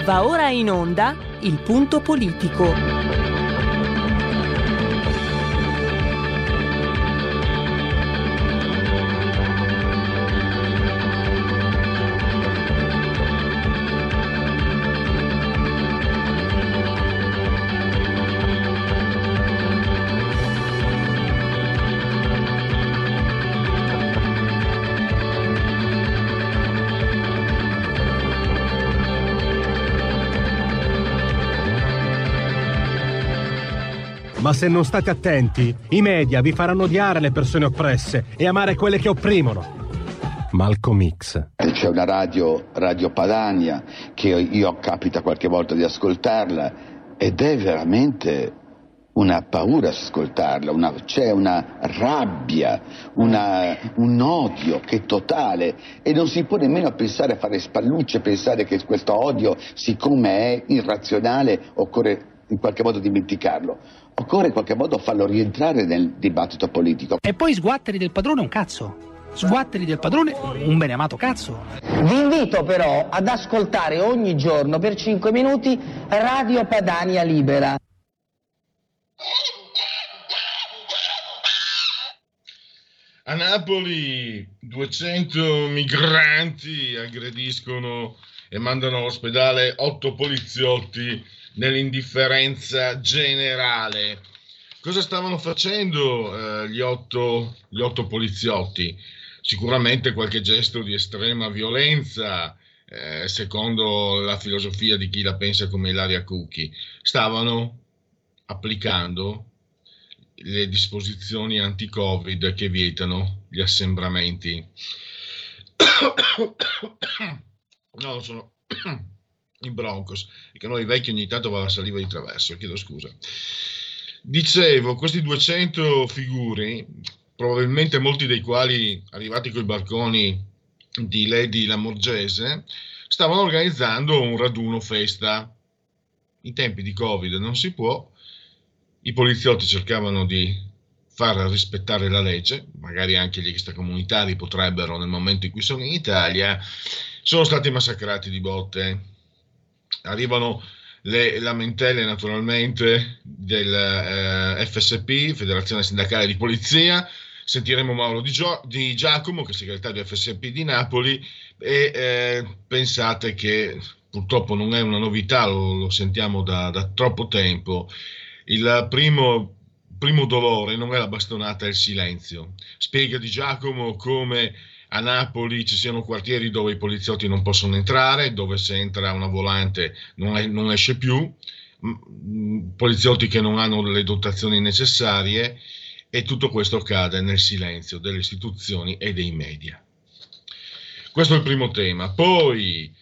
Va ora in onda Il Punto Politico. Ma se non state attenti, i media vi faranno odiare le persone oppresse e amare quelle che opprimono. Malcolm X. C'è una Radio Padania, che io capita qualche volta di ascoltarla, ed è veramente una paura ascoltarla, c'è una rabbia, un odio che è totale, e non si può nemmeno pensare a fare spallucce, pensare che questo odio, siccome è irrazionale, occorre in qualche modo dimenticarlo. Occorre in qualche modo farlo rientrare nel dibattito politico. E poi sguatteri del padrone un cazzo. Sguatteri del padrone un beneamato cazzo. Vi invito però ad ascoltare ogni giorno per 5 minuti Radio Padania Libera. A Napoli 200 migranti aggrediscono e mandano all'ospedale 8 poliziotti nell'indifferenza generale. Cosa stavano facendo gli otto poliziotti? Sicuramente qualche gesto di estrema violenza, secondo la filosofia di chi la pensa come Ilaria Cucchi. Stavano applicando le disposizioni anti-Covid che vietano gli assembramenti. No, sono i Broncos, perché noi vecchi ogni tanto va la saliva di traverso, chiedo scusa. Dicevo, questi 200 figuri, probabilmente molti dei quali arrivati coi barconi di Lady Lamorgese, stavano organizzando un raduno festa. In tempi di Covid non si può, i poliziotti cercavano di far rispettare la legge, magari anche gli extracomunitari potrebbero nel momento in cui sono in Italia, sono stati massacrati di botte. Arrivano le lamentele naturalmente del FSP, Federazione Sindacale di Polizia. Sentiremo Mauro Di Giacomo, che è segretario FSP di Napoli, e pensate che purtroppo non è una novità, lo sentiamo da troppo tempo. Il primo dolore non è la bastonata, è il silenzio. Spiega Di Giacomo come a Napoli ci siano quartieri dove i poliziotti non possono entrare, dove se entra una volante non esce più, poliziotti che non hanno le dotazioni necessarie, e tutto questo accade nel silenzio delle istituzioni e dei media. Questo è il primo tema. Poi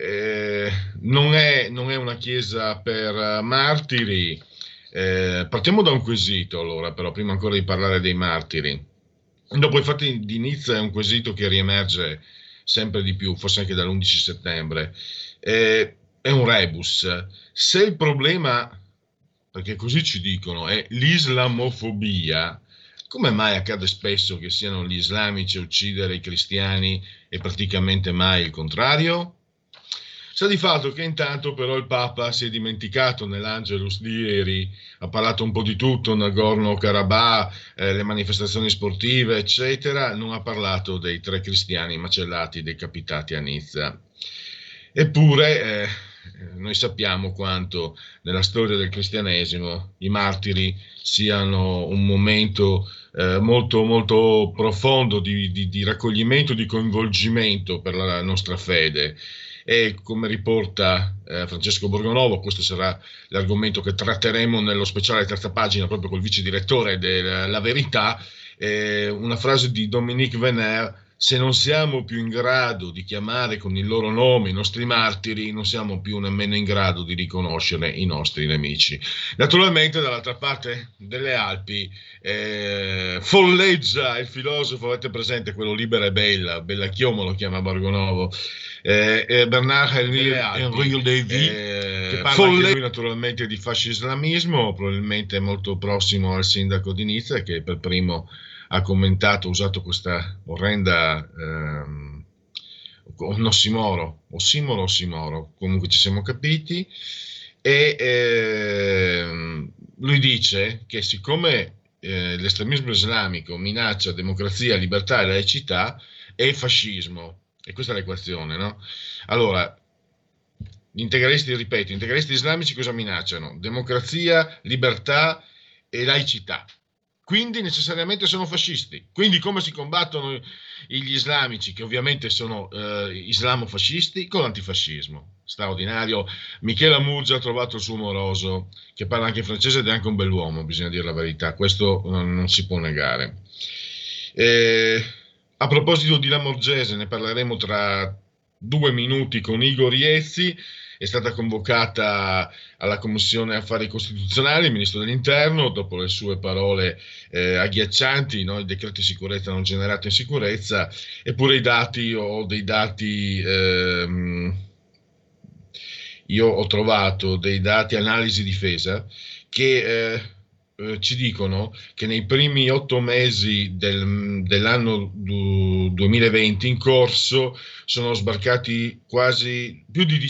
non è una chiesa per martiri. Partiamo da un quesito allora, però, prima ancora di parlare dei martiri. Dopo i fatti di Nizza è un quesito che riemerge sempre di più, forse anche dall'11 settembre. È un rebus. Se il problema, perché così ci dicono, è l'islamofobia, come mai accade spesso che siano gli islamici a uccidere i cristiani e praticamente mai il contrario? Sta di fatto che intanto però il Papa si è dimenticato nell'Angelus di ieri, ha parlato un po' di tutto, Nagorno-Karabakh, le manifestazioni sportive, eccetera, non ha parlato dei 3 cristiani macellati, decapitati a Nizza. Eppure noi sappiamo quanto nella storia del cristianesimo i martiri siano un momento molto, molto profondo di raccoglimento, di coinvolgimento per la nostra fede. E come riporta Francesco Borgonovo, questo sarà l'argomento che tratteremo nello speciale terza pagina proprio col vice direttore della Verità, una frase di Dominique Venner: se non siamo più in grado di chiamare con il loro nome i nostri martiri, non siamo più nemmeno in grado di riconoscere i nostri nemici. Naturalmente dall'altra parte delle Alpi folleggia il filosofo, avete presente quello Libera e Bella Chiomo lo chiama Borgonovo, Bernard Henri Lévy, che parla anche lui naturalmente di fascio-islamismo, probabilmente molto prossimo al sindaco di Nizza, che per primo ha commentato, usato questa orrenda un ossimoro, comunque ci siamo capiti, e lui dice che siccome l'estremismo islamico minaccia democrazia, libertà e laicità, è fascismo, e questa è l'equazione, no? Allora, gli integralisti islamici cosa minacciano? Democrazia, libertà e laicità. Quindi necessariamente sono fascisti. Quindi come si combattono gli islamici, che ovviamente sono islamofascisti, con l'antifascismo? Straordinario. Michela Murgia ha trovato il suo moroso, che parla anche in francese ed è anche un bell'uomo, bisogna dire la verità, questo non si può negare. A proposito di Lamorgese, ne parleremo tra 2 minuti con Igor Iezzi. È stata convocata alla Commissione Affari Costituzionali il Ministro dell'Interno dopo le sue parole agghiaccianti, no? I decreti sicurezza hanno generato insicurezza, eppure io ho trovato dei dati analisi difesa che ci dicono che nei primi 8 mesi dell'anno 2020 in corso sono sbarcati quasi più di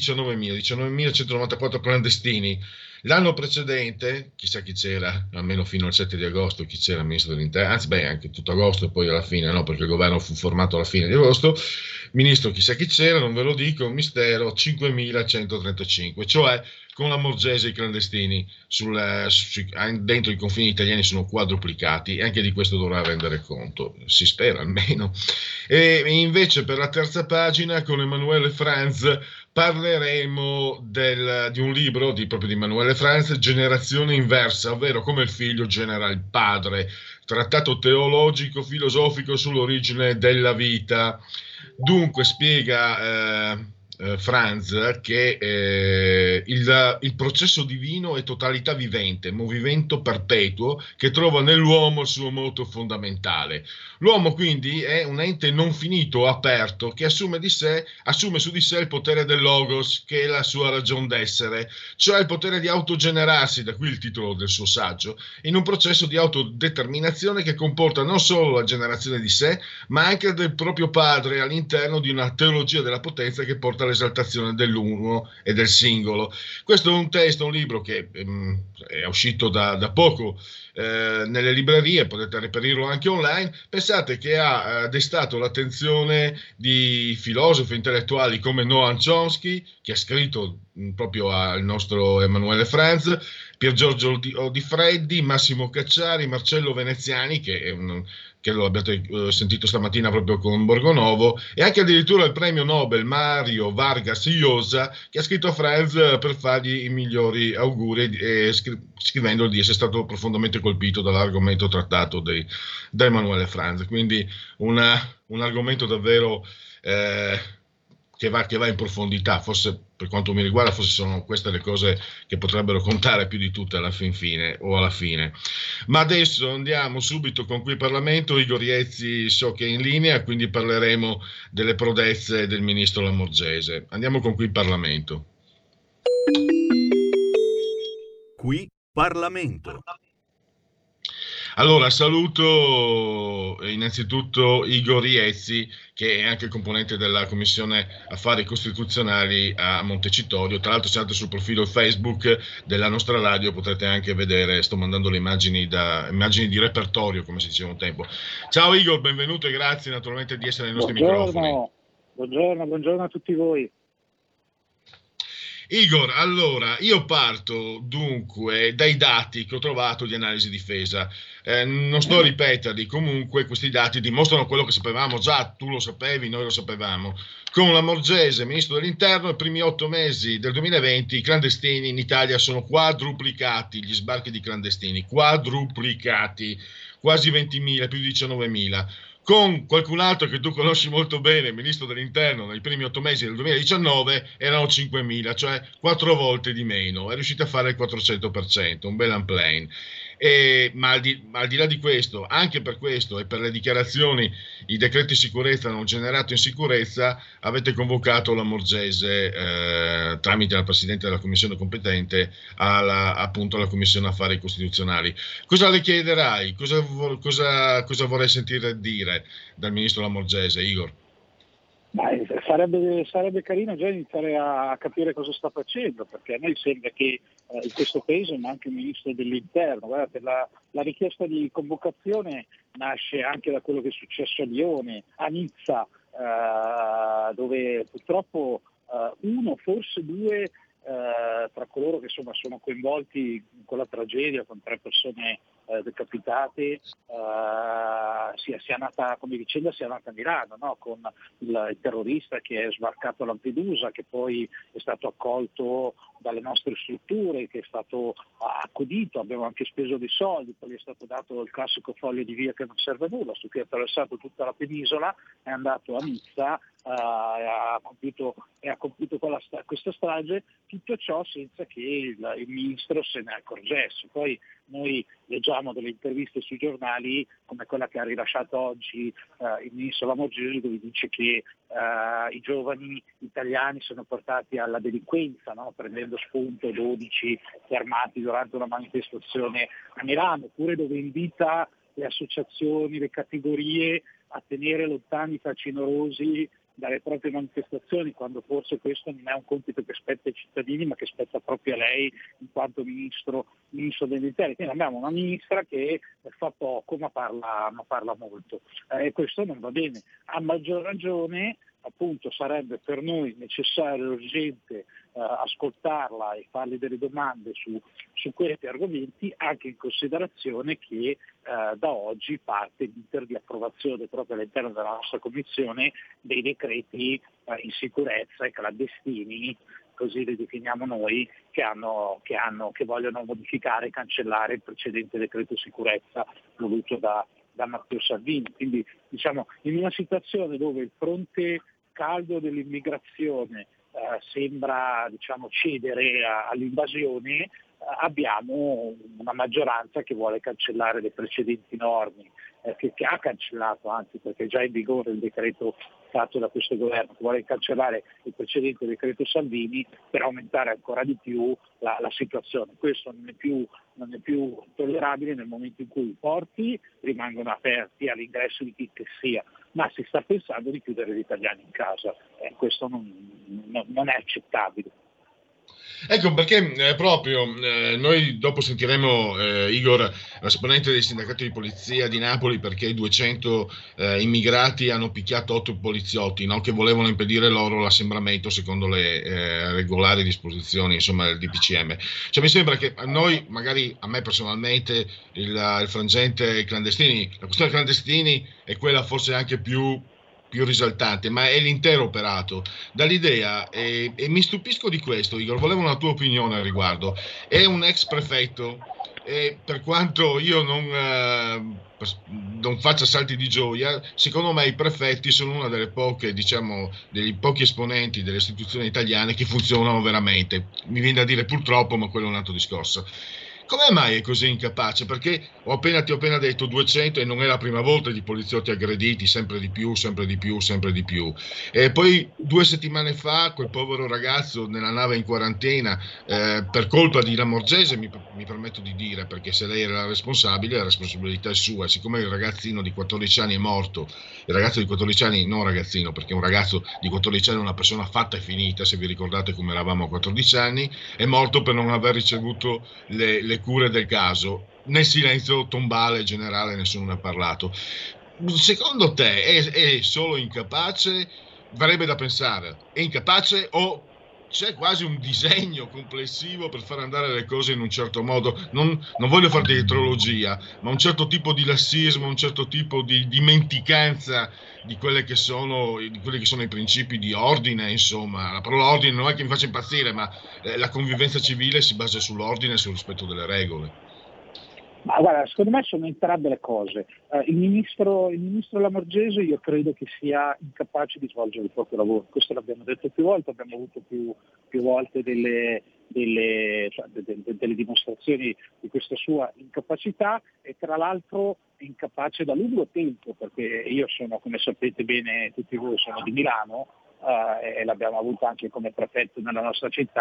19.194 clandestini. L'anno precedente, chissà chi c'era, almeno fino al 7 di agosto, chi c'era il ministro dell'Interno, anzi anche tutto agosto e poi alla fine, no, perché il governo fu formato alla fine di agosto, ministro chissà chi c'era, non ve lo dico, un mistero, 5.135, cioè con Lamorgese i clandestini dentro i confini italiani sono quadruplicati, e anche di questo dovrà rendere conto, si spera almeno. E invece per la terza pagina con Emanuele Franz parleremo di un libro proprio di Emanuele Franz, Generazione inversa, ovvero come il figlio genera il padre, trattato teologico, filosofico sull'origine della vita. Dunque spiega Franz che il processo divino è totalità vivente, movimento perpetuo che trova nell'uomo il suo moto fondamentale. L'uomo quindi è un ente non finito, aperto, che assume su di sé il potere del logos, che è la sua ragion d'essere, cioè il potere di autogenerarsi, da qui il titolo del suo saggio, in un processo di autodeterminazione che comporta non solo la generazione di sé, ma anche del proprio padre all'interno di una teologia della potenza che porta all'esaltazione dell'uno e del singolo. Questo è un testo, un libro che è uscito da poco nelle librerie, potete reperirlo anche online. Pensate che ha destato l'attenzione di filosofi intellettuali come Noam Chomsky, che ha scritto proprio al nostro Emanuele Franz, Pier Giorgio Odifreddi, Massimo Cacciari, Marcello Veneziani, che lo abbiate sentito stamattina proprio con Borgonovo, e anche addirittura il premio Nobel Mario Vargas Llosa, che ha scritto a Franz per fargli i migliori auguri, scrivendo di essere stato profondamente colpito dall'argomento trattato da Emanuele Franz. Quindi un argomento davvero che va in profondità. Forse, per quanto mi riguarda, forse sono queste le cose che potrebbero contare più di tutte alla fine. Ma adesso andiamo subito con Qui Parlamento. Igor Iezzi so che è in linea, quindi parleremo delle prodezze del ministro Lamorgese. Andiamo con Qui Parlamento. Qui Parlamento. Allora, saluto innanzitutto Igor Iezzi, che è anche componente della Commissione Affari Costituzionali a Montecitorio. Tra l'altro, se andate sul profilo Facebook della nostra radio potrete anche vedere, sto mandando le immagini di repertorio, come si diceva un tempo. Ciao Igor, benvenuto e grazie naturalmente di essere ai nostri microfoni. Buongiorno a tutti voi. Igor, allora, io parto dunque dai dati che ho trovato di analisi difesa. Non sto a ripeterli, comunque questi dati dimostrano quello che sapevamo già, tu lo sapevi, noi lo sapevamo. Con Lamorgese, ministro dell'Interno, i primi 8 mesi del 2020 i clandestini in Italia sono quadruplicati, gli sbarchi di clandestini, quadruplicati, quasi 20.000, più di 19.000. Con qualcun altro che tu conosci molto bene, il ministro dell'Interno, nei primi 8 mesi del 2019 erano 5.000, cioè 4 volte di meno. È riuscito a fare il 400%, un bel unplane. Ma al di là di questo, anche per questo e per le dichiarazioni, i decreti sicurezza hanno generato insicurezza, avete convocato Lamorgese tramite la Presidente della Commissione competente appunto alla Commissione Affari Costituzionali. Cosa le chiederai? Cosa vorrei sentire dire dal Ministro Lamorgese, Igor? Sarebbe carino già iniziare a capire cosa sta facendo, perché a noi sembra che in questo paese manchi un ministro dell'interno. Guardate, la richiesta di convocazione nasce anche da quello che è successo a Lione, a Nizza, dove purtroppo uno, forse due, tra coloro che insomma sono coinvolti in quella tragedia con 3 persone decapitate, sia nata, come vicenda sia nata a Milano, no? Con il terrorista che è sbarcato a Lampedusa, che poi è stato accolto dalle nostre strutture, che è stato accudito, abbiamo anche speso dei soldi, poi gli è stato dato il classico foglio di via che non serve a nulla, su cui ha attraversato tutta la penisola, è andato a Nizza e ha compiuto questa strage, tutto ciò senza che il ministro se ne accorgesse. Poi noi leggiamo delle interviste sui giornali come quella che ha rilasciato oggi il ministro Lamorgese, dove dice che i giovani italiani sono portati alla delinquenza, no? Prendendo spunto 12 fermati durante una manifestazione a Milano, oppure dove invita le associazioni, le categorie a tenere lontani i facinorosi dalle proprie manifestazioni, quando forse questo non è un compito che spetta ai cittadini, ma che spetta proprio a lei in quanto ministro dell'interno. Quindi abbiamo una ministra che fa poco ma parla molto, e questo non va bene. A maggior ragione appunto sarebbe per noi necessario e urgente ascoltarla e farle delle domande su questi argomenti, anche in considerazione che da oggi parte l'iter di approvazione proprio all'interno della nostra Commissione dei decreti in sicurezza e clandestini, così li definiamo noi, che vogliono modificare e cancellare il precedente decreto sicurezza voluto da Matteo Salvini. Quindi diciamo in una situazione dove il fronte caldo dell'immigrazione sembra cedere all'invasione, abbiamo una maggioranza che vuole cancellare le precedenti norme, che ha cancellato, anzi perché è già in vigore il decreto fatto da questo governo, che vuole cancellare il precedente decreto Salvini per aumentare ancora di più la situazione. Questo non è più tollerabile nel momento in cui i porti rimangono aperti all'ingresso di chi che sia, ma si sta pensando di chiudere gli italiani in casa. Questo non è accettabile. Ecco perché proprio noi dopo sentiremo Igor, esponente del sindacato di polizia di Napoli, perché 200 immigrati hanno picchiato 8 poliziotti, no? Che volevano impedire loro l'assembramento secondo le regolari disposizioni, insomma, del DPCM. Cioè, mi sembra che noi, magari a me personalmente, il frangente clandestini, la questione clandestini è quella forse anche più risaltante, ma è l'intero operato. Dall'idea, e mi stupisco di questo, Igor, volevo una tua opinione al riguardo. È un ex prefetto, e per quanto io non faccia salti di gioia, secondo me i prefetti sono una delle poche, degli pochi esponenti delle istituzioni italiane che funzionano veramente. Mi viene da dire purtroppo, ma quello è un altro discorso. Come mai è così incapace? Perché ti ho appena detto 200 e non è la prima volta di poliziotti aggrediti, sempre di più. E poi 2 settimane fa quel povero ragazzo nella nave in quarantena, per colpa di Lamorgese, mi permetto di dire, perché se lei era la responsabile, la responsabilità è sua. Siccome il ragazzino di 14 anni è morto, il ragazzo di 14 anni, non ragazzino, perché un ragazzo di 14 anni è una persona fatta e finita, se vi ricordate come eravamo a 14 anni, è morto per non aver ricevuto le cure del caso. Nel silenzio tombale generale nessuno ne ha parlato. Secondo te è solo incapace? Varrebbe da pensare, è incapace o c'è quasi un disegno complessivo per far andare le cose in un certo modo? Non voglio fare dietrologia, ma un certo tipo di lassismo, un certo tipo di dimenticanza di quelli che sono i principi di ordine, insomma. La parola ordine non è che mi faccia impazzire, ma la convivenza civile si basa sull'ordine e sul rispetto delle regole. Ma guarda, secondo me sono entrambe le cose. Il ministro Lamorgese io credo che sia incapace di svolgere il proprio lavoro. Questo l'abbiamo detto più volte, abbiamo avuto più volte delle dimostrazioni di questa sua incapacità, e tra l'altro è incapace da lungo tempo, perché io sono, come sapete bene tutti voi, sono di Milano, e l'abbiamo avuto anche come prefetto nella nostra città,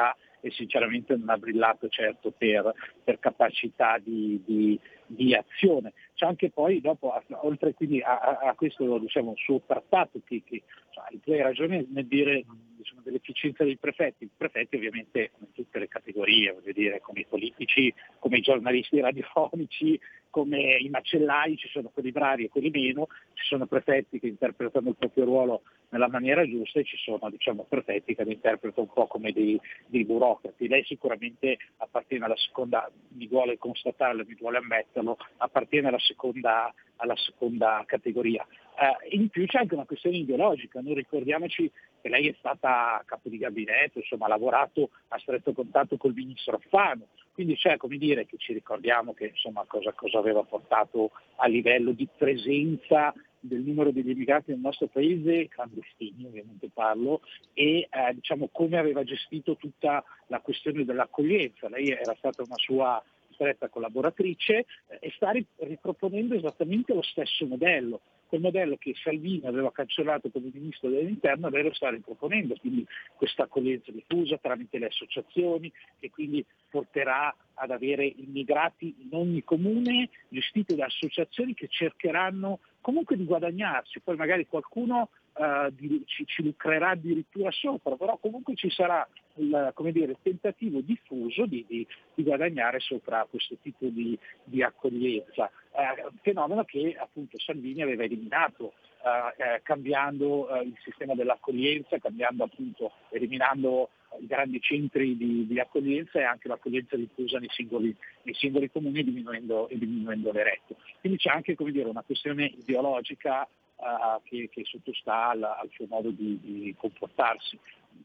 e sinceramente non ha brillato certo per capacità di azione. C'è anche poi dopo, oltre quindi a questo diciamo suo trattato che tu hai ragione nel dire diciamo, dell'efficienza dei prefetti. I prefetti ovviamente come in tutte le categorie, voglio dire, come i politici, come i giornalisti radiofonici, come i macellai, ci sono quelli bravi e quelli meno, ci sono prefetti che interpretano il proprio ruolo nella maniera giusta e ci sono diciamo prefetti che li interpretano un po' come dei burocrati. Lei sicuramente appartiene alla seconda, mi vuole constatarlo, mi vuole ammetterlo, appartiene alla seconda categoria. In più c'è anche una questione ideologica, noi ricordiamoci che lei è stata capo di gabinetto, insomma ha lavorato a stretto contatto col ministro Alfano, quindi c'è come dire che ci ricordiamo che insomma cosa aveva portato a livello di presenza del numero degli immigrati nel nostro paese, clandestini ovviamente parlo, e diciamo come aveva gestito tutta la questione dell'accoglienza. Lei era stata una sua stretta collaboratrice e sta riproponendo esattamente lo stesso modello, quel modello che Salvini aveva cancellato come ministro dell'interno, lei lo sta riproponendo, quindi questa accoglienza diffusa tramite le associazioni, che quindi porterà ad avere immigrati in ogni comune gestiti da associazioni che cercheranno comunque di guadagnarsi, poi magari qualcuno ci lucrerà addirittura sopra, però comunque ci sarà il tentativo diffuso di guadagnare sopra questo tipo di accoglienza, fenomeno che appunto Salvini aveva eliminato cambiando il sistema dell'accoglienza, eliminando i grandi centri di accoglienza e anche l'accoglienza diffusa nei singoli comuni diminuendo le rette. Quindi c'è anche una questione ideologica che sottostà al suo modo di comportarsi.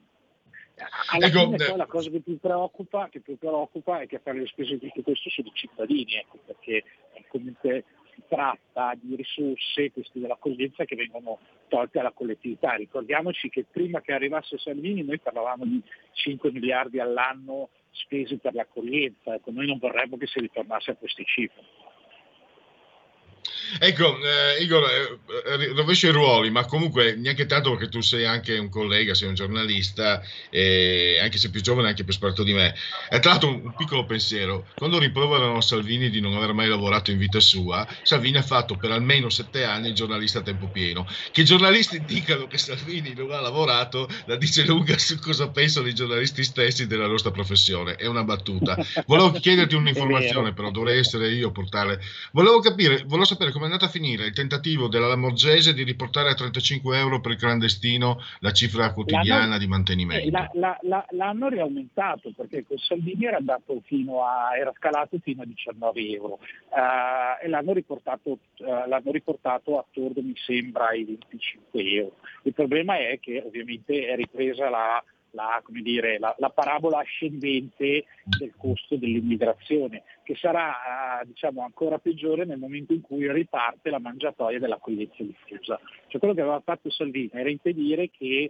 Alla fine poi la cosa che più preoccupa è che a fare le spese di tutto questo sono i cittadini, perché comunque si tratta di risorse, queste dell'accoglienza, che vengono tolte alla collettività. Ricordiamoci che prima che arrivasse Salvini noi parlavamo di 5 miliardi all'anno spesi per l'accoglienza, noi non vorremmo che si ritornasse a queste cifre. Ecco, Igor, rovescio i ruoli, ma comunque neanche tanto, perché tu sei anche un collega, sei un giornalista, anche se più giovane, anche più esperto di me. E tra l'altro un piccolo pensiero: quando rimproverano Salvini di non aver mai lavorato in vita sua, Salvini ha fatto per almeno 7 anni il giornalista a tempo pieno. Che i giornalisti dicano che Salvini non ha lavorato la dice lunga su cosa pensano i giornalisti stessi della nostra professione. È una battuta. Volevo chiederti un'informazione, però dovrei essere io a portare. Volevo sapere come è andata a finire il tentativo della Lamorgese di riportare a 35 euro per il clandestino la cifra quotidiana di mantenimento. L'hanno riaumentato, perché con Salvini era scalato fino a 19 euro e l'hanno riportato attorno, mi sembra, ai 25 euro. Il problema è che ovviamente è ripresa la parabola ascendente del costo dell'immigrazione, che sarà ancora peggiore nel momento in cui riparte la mangiatoia dell'accoglienza diffusa. Cioè, quello che aveva fatto Salvini era impedire che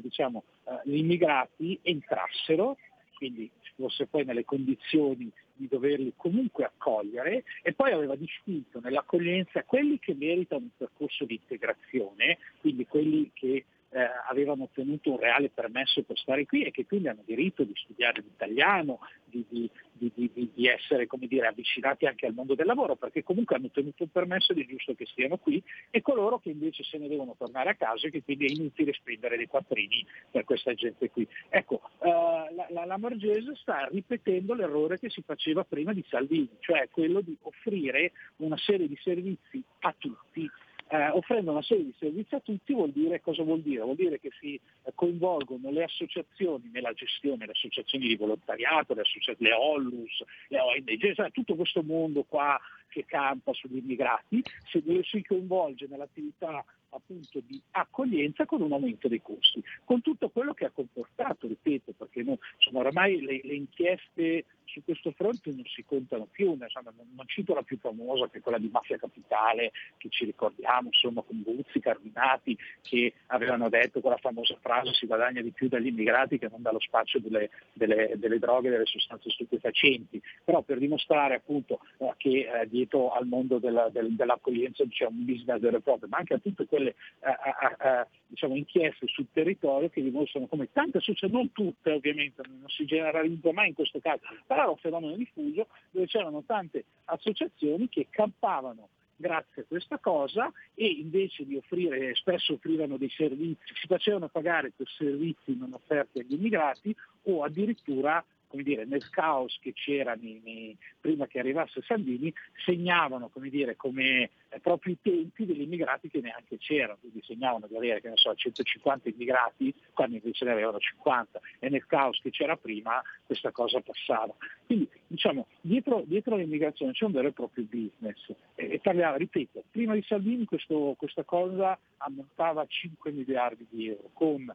gli immigrati entrassero, quindi fosse poi nelle condizioni di doverli comunque accogliere, e poi aveva distinto nell'accoglienza quelli che meritano un percorso di integrazione, quindi quelli che avevano ottenuto un reale permesso per stare qui e che quindi hanno diritto di studiare l'italiano, di essere avvicinati anche al mondo del lavoro, perché comunque hanno ottenuto un permesso ed è giusto che stiano qui, e coloro che invece se ne devono tornare a casa e che quindi è inutile spendere dei quattrini per questa gente qui. Ecco, la Lamorgese sta ripetendo l'errore che si faceva prima di Salvini, cioè quello di offrire una serie di servizi a tutti. Offrendo una serie di servizi a tutti cosa vuol dire? Vuol dire che si coinvolgono le associazioni nella gestione, le associazioni di volontariato, le Onlus, le ONG, tutto questo mondo qua che campa sugli immigrati, si coinvolge nell'attività appunto di accoglienza con un aumento dei costi, con tutto quello che ha comportato, ripeto, perché oramai le inchieste su questo fronte non si contano più, non cito la più famosa, che è quella di Mafia Capitale, che ci ricordiamo, con Buzzi, Carminati, che avevano detto quella famosa frase: si guadagna di più dagli immigrati che non dallo spaccio delle droghe e delle sostanze stupefacenti, però per dimostrare appunto che dietro al mondo dell'accoglienza c'è un business vero e proprio, ma anche a tutte quelle inchieste sul territorio che dimostrano come tante associazioni, non tutte ovviamente, non si generalizza mai in questo caso, però era un fenomeno diffuso dove c'erano tante associazioni che campavano grazie a questa cosa e invece di spesso offrivano dei servizi, si facevano pagare per servizi non offerti agli immigrati o addirittura, nel caos che c'era prima che arrivasse Salvini, segnavano come proprio i tempi degli immigrati che neanche c'erano, quindi segnavano di avere 150 immigrati quando invece ne avevano 50 e nel caos che c'era prima questa cosa passava. Quindi dietro all'immigrazione c'è un vero e proprio business e parliamo, ripeto, prima di Salvini questa cosa ammontava a 5 miliardi di euro con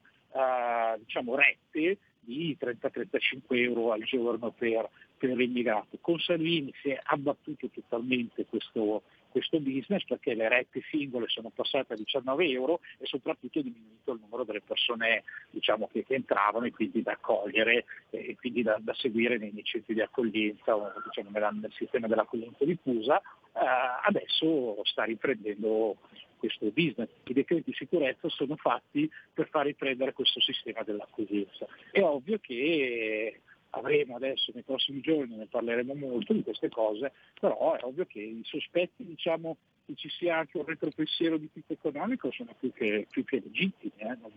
rette di 30-35 euro al giorno per l'immigrato. Con Salvini si è abbattuto totalmente questo business perché le rette singole sono passate a 19 euro e soprattutto è diminuito il numero delle persone che entravano e quindi da accogliere e quindi da seguire nei centri di accoglienza o nel sistema dell'accoglienza diffusa. Adesso sta riprendendo questo business. I decreti di sicurezza sono fatti per far riprendere questo sistema dell'accoglienza. È ovvio che avremo adesso nei prossimi giorni, ne parleremo molto di queste cose, però è ovvio che i sospetti che ci sia anche un retropensiero di tipo economico sono più che legittimi.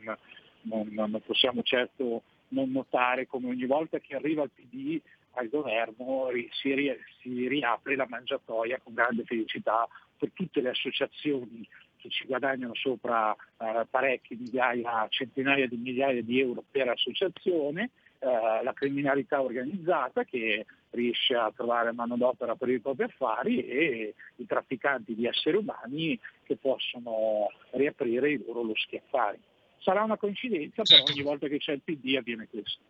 Non possiamo certo non notare come ogni volta che arriva il PD al governo si riapre la mangiatoia con grande felicità per tutte le associazioni che ci guadagnano sopra centinaia di migliaia di euro per associazione, la criminalità organizzata che riesce a trovare manodopera per i propri affari e i trafficanti di esseri umani che possono riaprire i loro loschi affari. Sarà una coincidenza, però ogni volta che c'è il PD avviene questo.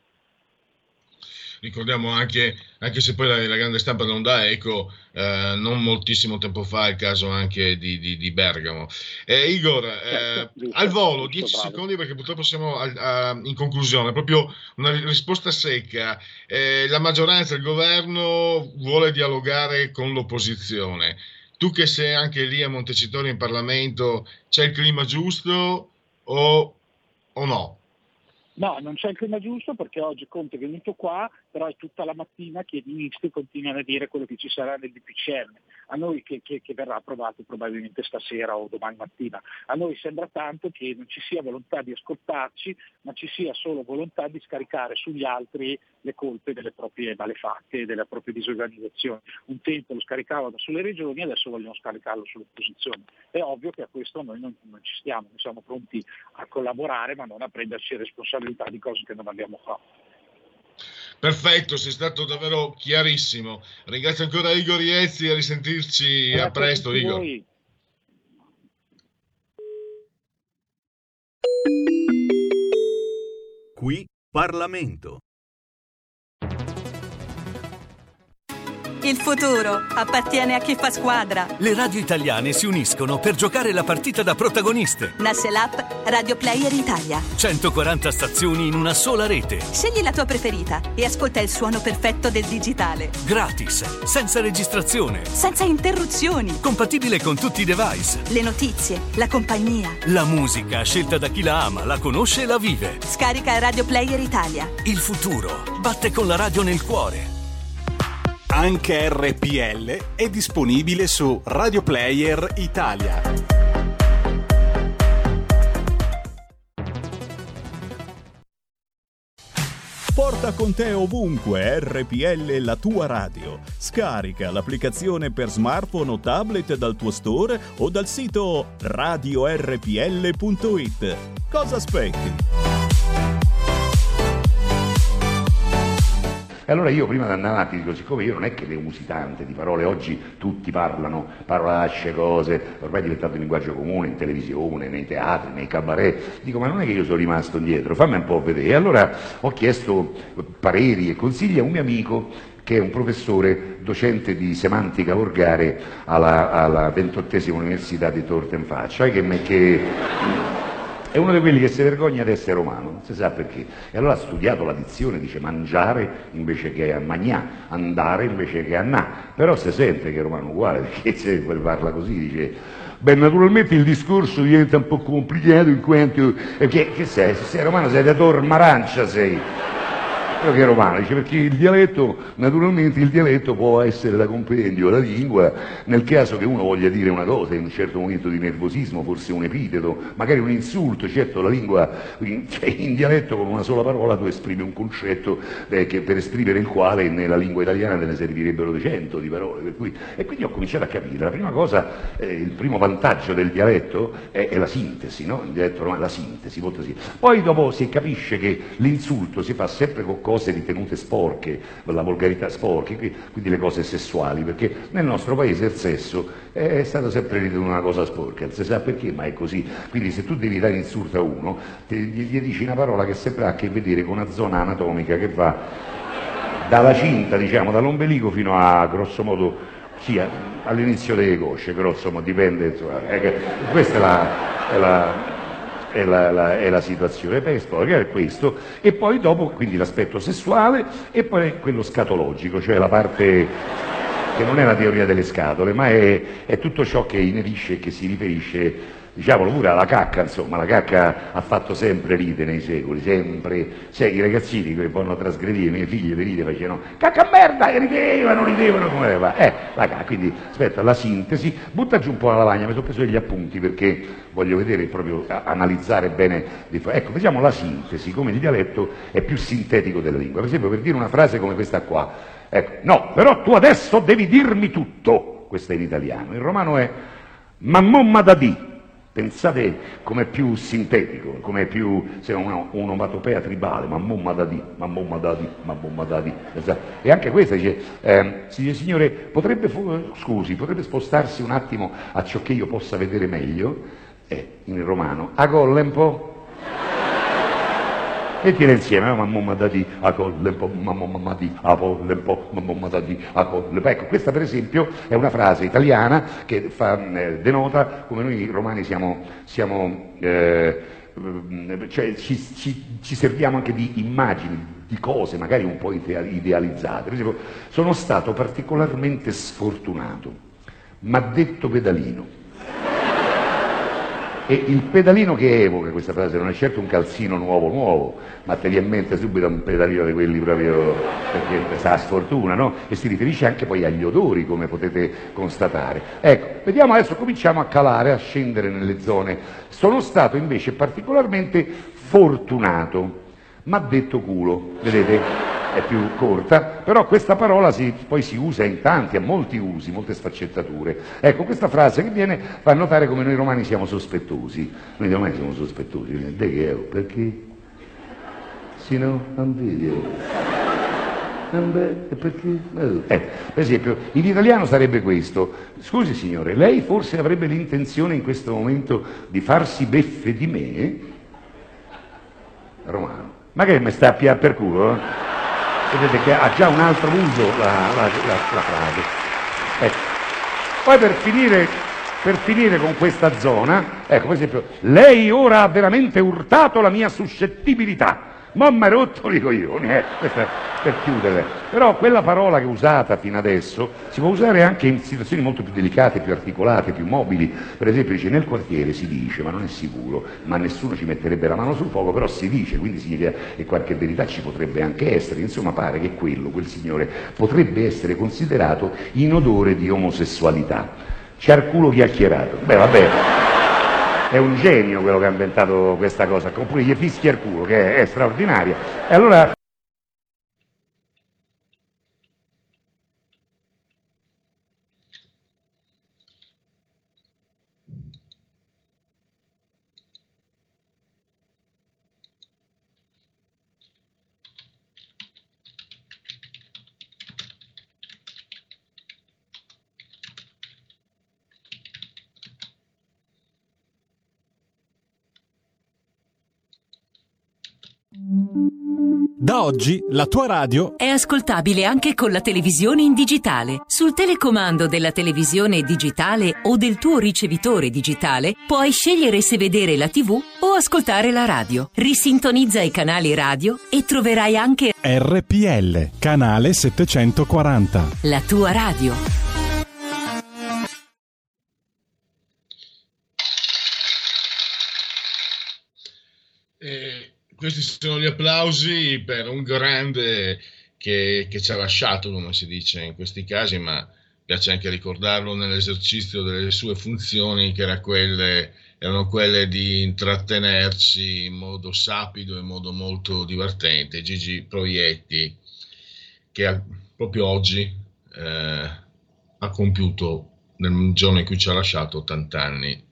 Ricordiamo anche se poi la grande stampa non dà eco, non moltissimo tempo fa il caso anche di Bergamo. Igor, giusto, al volo, 10 secondi perché purtroppo siamo in conclusione, proprio una risposta secca. La maggioranza, il governo vuole dialogare con l'opposizione. Tu che sei anche lì a Montecitorio in Parlamento, c'è il clima giusto o no? No, non c'è il clima giusto perché oggi Conte è venuto qua, però è tutta la mattina che i ministri continuano a dire quello che ci sarà nel DPCM. A noi che verrà approvato probabilmente stasera o domani mattina. A noi sembra tanto che non ci sia volontà di ascoltarci, ma ci sia solo volontà di scaricare sugli altri le colpe delle proprie malefatte, delle proprie disorganizzazioni. Un tempo lo scaricavano sulle regioni, adesso vogliono scaricarlo sull'opposizione. È ovvio che a questo noi non ci stiamo, noi siamo pronti a collaborare ma non a prenderci responsabilità di cose che non abbiamo fatto. Perfetto, sei stato davvero chiarissimo. Ringrazio ancora Igor Iezzi e a risentirci. Grazie, a presto, Igor. Voi. Qui Parlamento. Il futuro appartiene a chi fa squadra. Le radio italiane si uniscono per giocare la partita da protagoniste. Nasce l'app Radio Player Italia. 140 stazioni in una sola rete. Scegli la tua preferita e ascolta il suono perfetto del digitale. Gratis, senza registrazione. Senza interruzioni. Compatibile con tutti i device. Le notizie, la compagnia. La musica, scelta da chi la ama, la conosce e la vive. Scarica Radio Player Italia. Il futuro batte con la radio nel cuore. Anche RPL è disponibile su Radio Player Italia. Porta con te ovunque RPL, la tua radio. Scarica l'applicazione per smartphone o tablet dal tuo store o dal sito radiorpl.it. Cosa aspetti? Allora io prima di andare avanti dico, siccome io non è che le usi tante di parole, oggi tutti parlano parolacce, cose, ormai è diventato un linguaggio comune in televisione, nei teatri, nei cabaret, dico ma non è che io sono rimasto indietro, fammi un po' vedere. E allora ho chiesto pareri e consigli a un mio amico che è un professore docente di semantica volgare alla 28ª Università di Tor Tenfaccia, che è uno di quelli che si vergogna di essere romano, non si sa perché. E allora ha studiato la dizione, dice mangiare invece che a magnà, andare invece che a na. Però si sente che è romano uguale, perché se parla così, dice... Beh, naturalmente il discorso diventa un po' complicato in quanto... Che sei? Se sei romano sei da Tormarancia, sei... Quello che è romano, dice, perché il dialetto, naturalmente il dialetto può essere da compendio alla lingua nel caso che uno voglia dire una cosa in un certo momento di nervosismo, forse un epiteto, magari un insulto. Certo, la lingua, cioè, in dialetto con una sola parola tu esprimi un concetto per esprimere il quale nella lingua italiana te ne servirebbero 100 di parole, per cui, e quindi ho cominciato a capire. La prima cosa, il primo vantaggio del dialetto è la sintesi, no? Il dialetto romano è la sintesi, molto sì. Poi dopo si capisce che l'insulto si fa sempre con cose ritenute sporche, la volgarità sporche, quindi le cose sessuali, perché nel nostro paese il sesso è stato sempre ritenuto una cosa sporca, non si sa perché, ma è così. Quindi se tu devi dare insulto a uno, gli dici una parola che sempre ha a che vedere con una zona anatomica che va dalla cinta, diciamo, dall'ombelico fino a, grosso modo, sì, all'inizio delle cosce, grosso modo, dipende, insomma, questa è la situazione storica, è questo, e poi dopo quindi l'aspetto sessuale e poi quello scatologico, cioè la parte che non è la teoria delle scatole, ma è tutto ciò che inerisce e che si riferisce, diciamolo pure, alla cacca. Insomma, la cacca ha fatto sempre ride nei secoli, sempre. Sai, i ragazzini che vanno a trasgredire, i miei figli per ride facevano cacca merda, e ridevano come va. La cacca, quindi aspetta, la sintesi, butta giù un po' la lavagna, mi sono preso degli appunti perché voglio vedere proprio, analizzare bene. Ecco, vediamo la sintesi, come il dialetto è più sintetico della lingua. Per esempio, per dire una frase come questa qua, ecco, no, però tu adesso devi dirmi tutto, questa è in italiano, in romano è mamma da di. Pensate com'è più sintetico, com'è più, se un'onomatopea tribale, mamma da di. E anche questa dice, signore, potrebbe spostarsi un attimo a ciò che io possa vedere meglio? In romano, a colle un po'. E tiene insieme, mamma da di, a colle un po', mamma di, a colle un po', mamma da di, a colle. Ecco, questa per esempio è una frase italiana che denota come noi romani cioè ci serviamo anche di immagini, di cose magari un po' idealizzate. Per esempio, sono stato particolarmente sfortunato, m'ha detto pedalino. E il pedalino che evoca questa frase non è certo un calzino nuovo, ma te viene in mente subito un pedalino di quelli proprio perché sa sfortuna, no? E si riferisce anche poi agli odori, come potete constatare. Ecco, vediamo adesso, cominciamo a calare, a scendere nelle zone. Sono stato invece particolarmente fortunato, m'ha detto culo, vedete? È più corta, però questa parola poi si usa in tanti, ha molti usi, molte sfaccettature. Ecco, questa frase che fa notare come noi romani siamo sospettosi. Noi romani siamo sospettosi, perché? Sì, no, non video. Perché? Per esempio, in italiano sarebbe questo. Scusi signore, lei forse avrebbe l'intenzione in questo momento di farsi beffe di me? Romano. Ma che mi sta a piare per culo? Vedete che ha già un altro uso la frase. Ecco. Poi per finire con questa zona, ecco, per esempio, lei ora ha veramente urtato la mia suscettibilità. Mamma rotto i coglioni, questa è per chiudere. Però quella parola che è usata fino adesso si può usare anche in situazioni molto più delicate, più articolate, più mobili. Per esempio dice nel quartiere si dice, ma non è sicuro, ma nessuno ci metterebbe la mano sul fuoco, però si dice, quindi significa che qualche verità ci potrebbe anche essere. Insomma, pare che quel signore potrebbe essere considerato in odore di omosessualità. Ciarculo chiacchierato. Beh, vabbè. È un genio quello che ha inventato questa cosa, oppure gli fischia il culo, che è straordinaria. E allora... Da oggi la tua radio è ascoltabile anche con la televisione in digitale. Sul telecomando della televisione digitale o del tuo ricevitore digitale puoi scegliere se vedere la TV o ascoltare la radio. Risintonizza i canali radio e troverai anche RPL, canale 740. La tua radio. Questi sono gli applausi per un grande che ci ha lasciato, come si dice in questi casi, ma piace anche ricordarlo nell'esercizio delle sue funzioni, che erano quelle di intrattenerci in modo sapido e in modo molto divertente. Gigi Proietti, che proprio oggi ha compiuto, nel giorno in cui ci ha lasciato, 80 anni.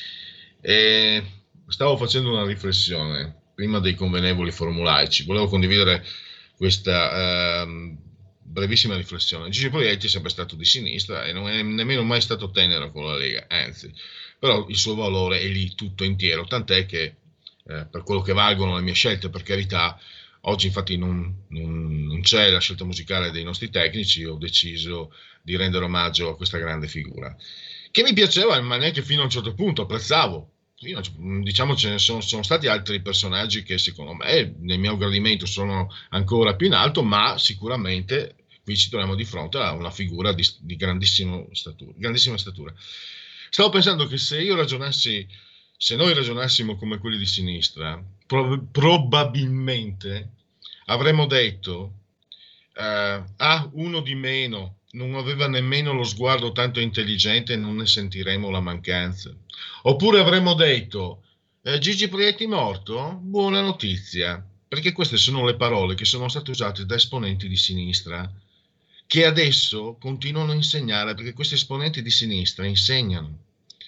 E stavo facendo una riflessione prima dei convenevoli formulaici. Volevo condividere questa brevissima riflessione. Gigi Proietti è sempre stato di sinistra e non è nemmeno mai stato tenero con la Lega, anzi, però il suo valore è lì tutto intero, tant'è che per quello che valgono le mie scelte, per carità, oggi infatti non c'è la scelta musicale dei nostri tecnici, ho deciso di rendere omaggio a questa grande figura, che mi piaceva, ma neanche fino a un certo punto, apprezzavo. Diciamo ce ne sono stati altri personaggi che secondo me nel mio gradimento sono ancora più in alto, ma sicuramente qui ci troviamo di fronte a una figura di grandissima statura. Stavo pensando che se noi ragionassimo come quelli di sinistra, probabilmente avremmo detto uno di meno, non aveva nemmeno lo sguardo tanto intelligente e non ne sentiremo la mancanza. Oppure avremmo detto Gigi Proietti morto? Buona notizia, perché queste sono le parole che sono state usate da esponenti di sinistra, che adesso continuano a insegnare, perché questi esponenti di sinistra insegnano.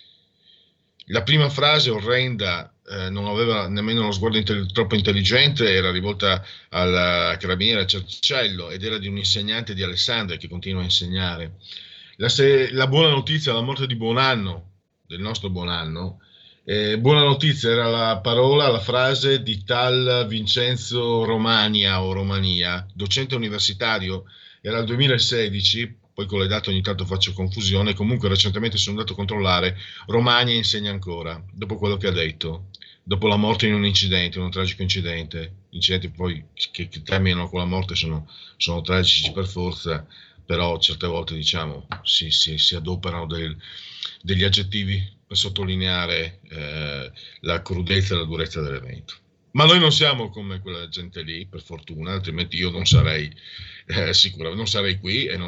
La prima frase orrenda, non aveva nemmeno lo sguardo troppo intelligente, era rivolta al carabiniere Cerciello ed era di un insegnante di Alessandria che continua a insegnare. La buona notizia, la morte di Buonanno, del nostro Buonanno, buona notizia era la frase di tal Vincenzo Romania o Romania, docente universitario, era il 2016, poi con le date ogni tanto faccio confusione, comunque recentemente sono andato a controllare, Romagna insegna ancora, dopo quello che ha detto, dopo la morte in un incidente, un tragico incidenti poi che terminano con la morte sono tragici per forza, però certe volte diciamo si adoperano degli aggettivi per sottolineare la crudezza e la durezza dell'evento. Ma noi non siamo come quella gente lì, per fortuna, altrimenti io non sarei sicuramente, non sarei qui e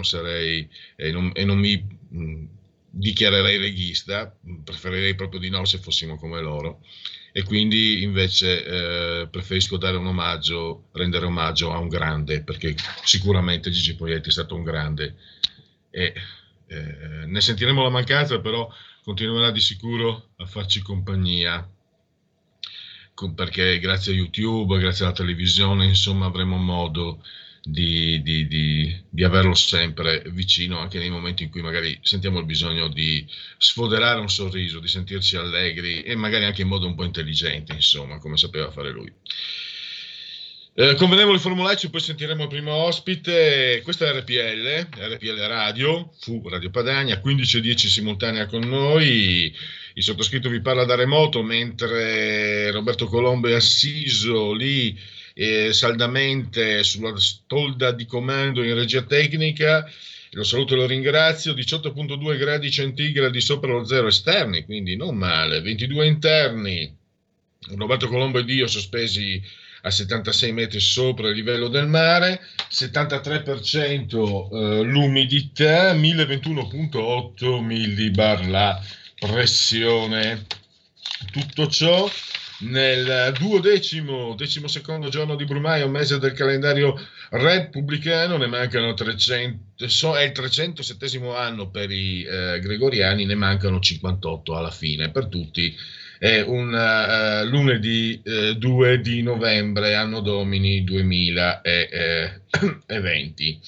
non mi dichiarerei leghista, preferirei proprio di no se fossimo come loro, e quindi invece preferisco rendere omaggio a un grande, perché sicuramente Gigi Proietti è stato un grande e ne sentiremo la mancanza, però continuerà di sicuro a farci compagnia, perché grazie a YouTube, grazie alla televisione, insomma, avremo modo di averlo sempre vicino, anche nei momenti in cui magari sentiamo il bisogno di sfoderare un sorriso, di sentirci allegri e magari anche in modo un po' intelligente, insomma, come sapeva fare lui. Convenevoli formulaici, poi sentiremo il primo ospite. Questa è RPL Radio, fu Radio Padania, 15:10 simultanea con noi. Il sottoscritto vi parla da remoto, mentre Roberto Colombo è assiso lì saldamente sulla stolda di comando in regia tecnica. Lo saluto e lo ringrazio. 18,2 gradi centigradi sopra lo zero esterni, quindi non male, 22 interni. Roberto Colombo ed io sospesi a 76 metri sopra il livello del mare, 73% l'umidità, 1021,8 millibar la pressione. Tutto ciò nel decimosecondo giorno di Brumaio, mese del calendario repubblicano, ne mancano 300, è il 307° anno per i gregoriani, ne mancano 58 alla fine, per tutti è un lunedì 2 di novembre, anno domini 2020.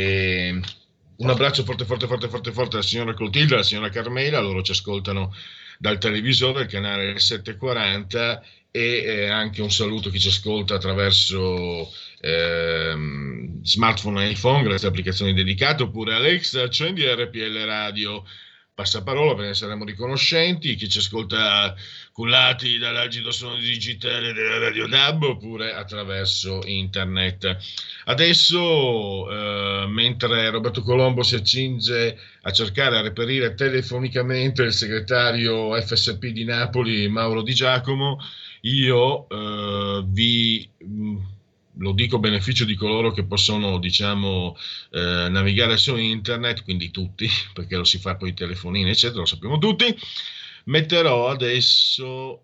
Un abbraccio forte alla signora Clotilde, alla signora Carmela, loro ci ascoltano dal televisore, il canale 740, e anche un saluto a chi ci ascolta attraverso smartphone e iPhone, grazie a applicazioni dedicate, oppure Alexa, accendi RPL Radio. Passaparola, ve ne saremo riconoscenti. Chi ci ascolta cullati dall'agido suono digitale della Radio DAB oppure attraverso internet. Adesso, mentre Roberto Colombo si accinge a cercare, a reperire telefonicamente il segretario FSP di Napoli, Mauro Di Giacomo, io vi lo dico a beneficio di coloro che possono, diciamo, navigare su internet, quindi tutti, perché lo si fa poi telefonini, eccetera, lo sappiamo tutti. Metterò adesso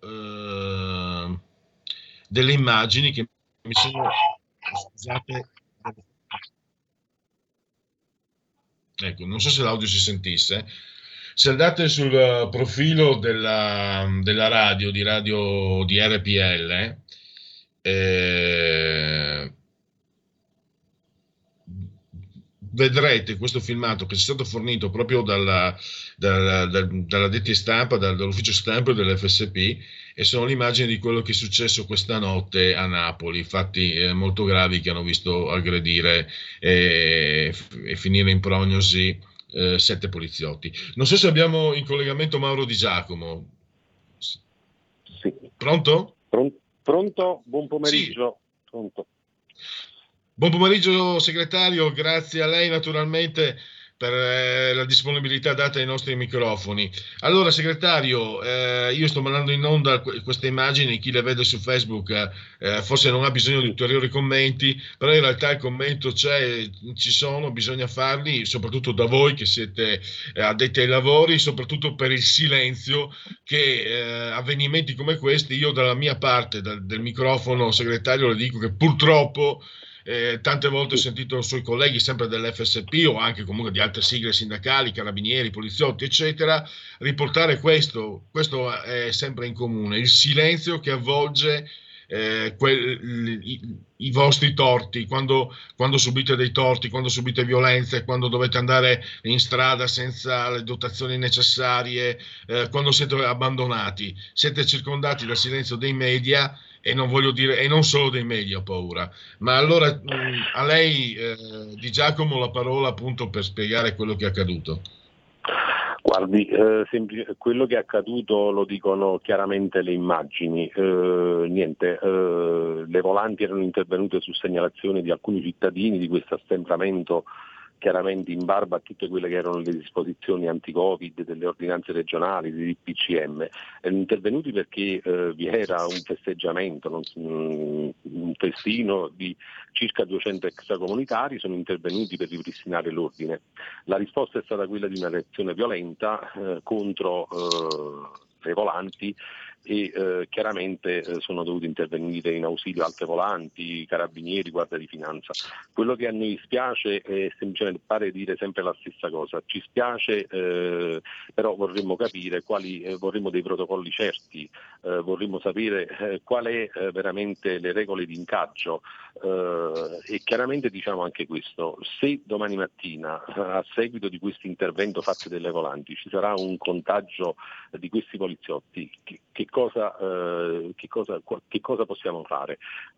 delle immagini che mi sono, scusate, ecco, non so se l'audio si sentisse. Se andate sul profilo della radio, di RPL, vedrete questo filmato che è stato fornito proprio dalla ditta stampa, dall'ufficio stampa dell'FSP, e sono le immagini di quello che è successo questa notte a Napoli, fatti molto gravi che hanno visto aggredire e finire in prognosi 7 poliziotti. Non so se abbiamo in collegamento Mauro Di Giacomo. Sì. Pronto? Pronto? Buon pomeriggio. Sì. Pronto. Buon pomeriggio segretario, grazie a lei naturalmente per la disponibilità data ai nostri microfoni. Allora segretario, io sto mandando in onda queste immagini, chi le vede su Facebook forse non ha bisogno di ulteriori commenti, però in realtà il commento c'è, ci sono, bisogna farli, soprattutto da voi che siete addetti ai lavori, soprattutto per il silenzio che avvenimenti come questi, io dalla mia parte del microfono segretario le dico che purtroppo tante volte ho sentito i suoi colleghi sempre dell'FSP o anche comunque di altre sigle sindacali, carabinieri, poliziotti eccetera, riportare questo è sempre in comune, il silenzio che avvolge i vostri torti, quando subite dei torti, quando subite violenze, quando dovete andare in strada senza le dotazioni necessarie, quando siete abbandonati, siete circondati dal silenzio dei media. E non voglio dire, e non solo dei media, ho paura. Ma allora a lei, Di Giacomo, la parola appunto per spiegare quello che è accaduto. Guardi, quello che è accaduto lo dicono chiaramente le immagini. Le volanti erano intervenute su segnalazione di alcuni cittadini di questo assembramento, chiaramente in barba a tutte quelle che erano le disposizioni anti-Covid delle ordinanze regionali, di DPCM, erano intervenuti perché vi era un festeggiamento, un festino di circa 200 extracomunitari, sono intervenuti per ripristinare l'ordine. La risposta è stata quella di una reazione violenta contro le volanti e chiaramente sono dovuti intervenire in ausilio altre volanti, carabinieri, guardia di finanza. Quello che a noi spiace è semplicemente, pare dire sempre la stessa cosa, ci spiace però vorremmo capire vorremmo dei protocolli certi, vorremmo sapere qual è veramente le regole di incaggio e chiaramente diciamo anche questo: se domani mattina a seguito di questo intervento fatto delle volanti ci sarà un contagio di questi poliziotti, che cosa possiamo fare?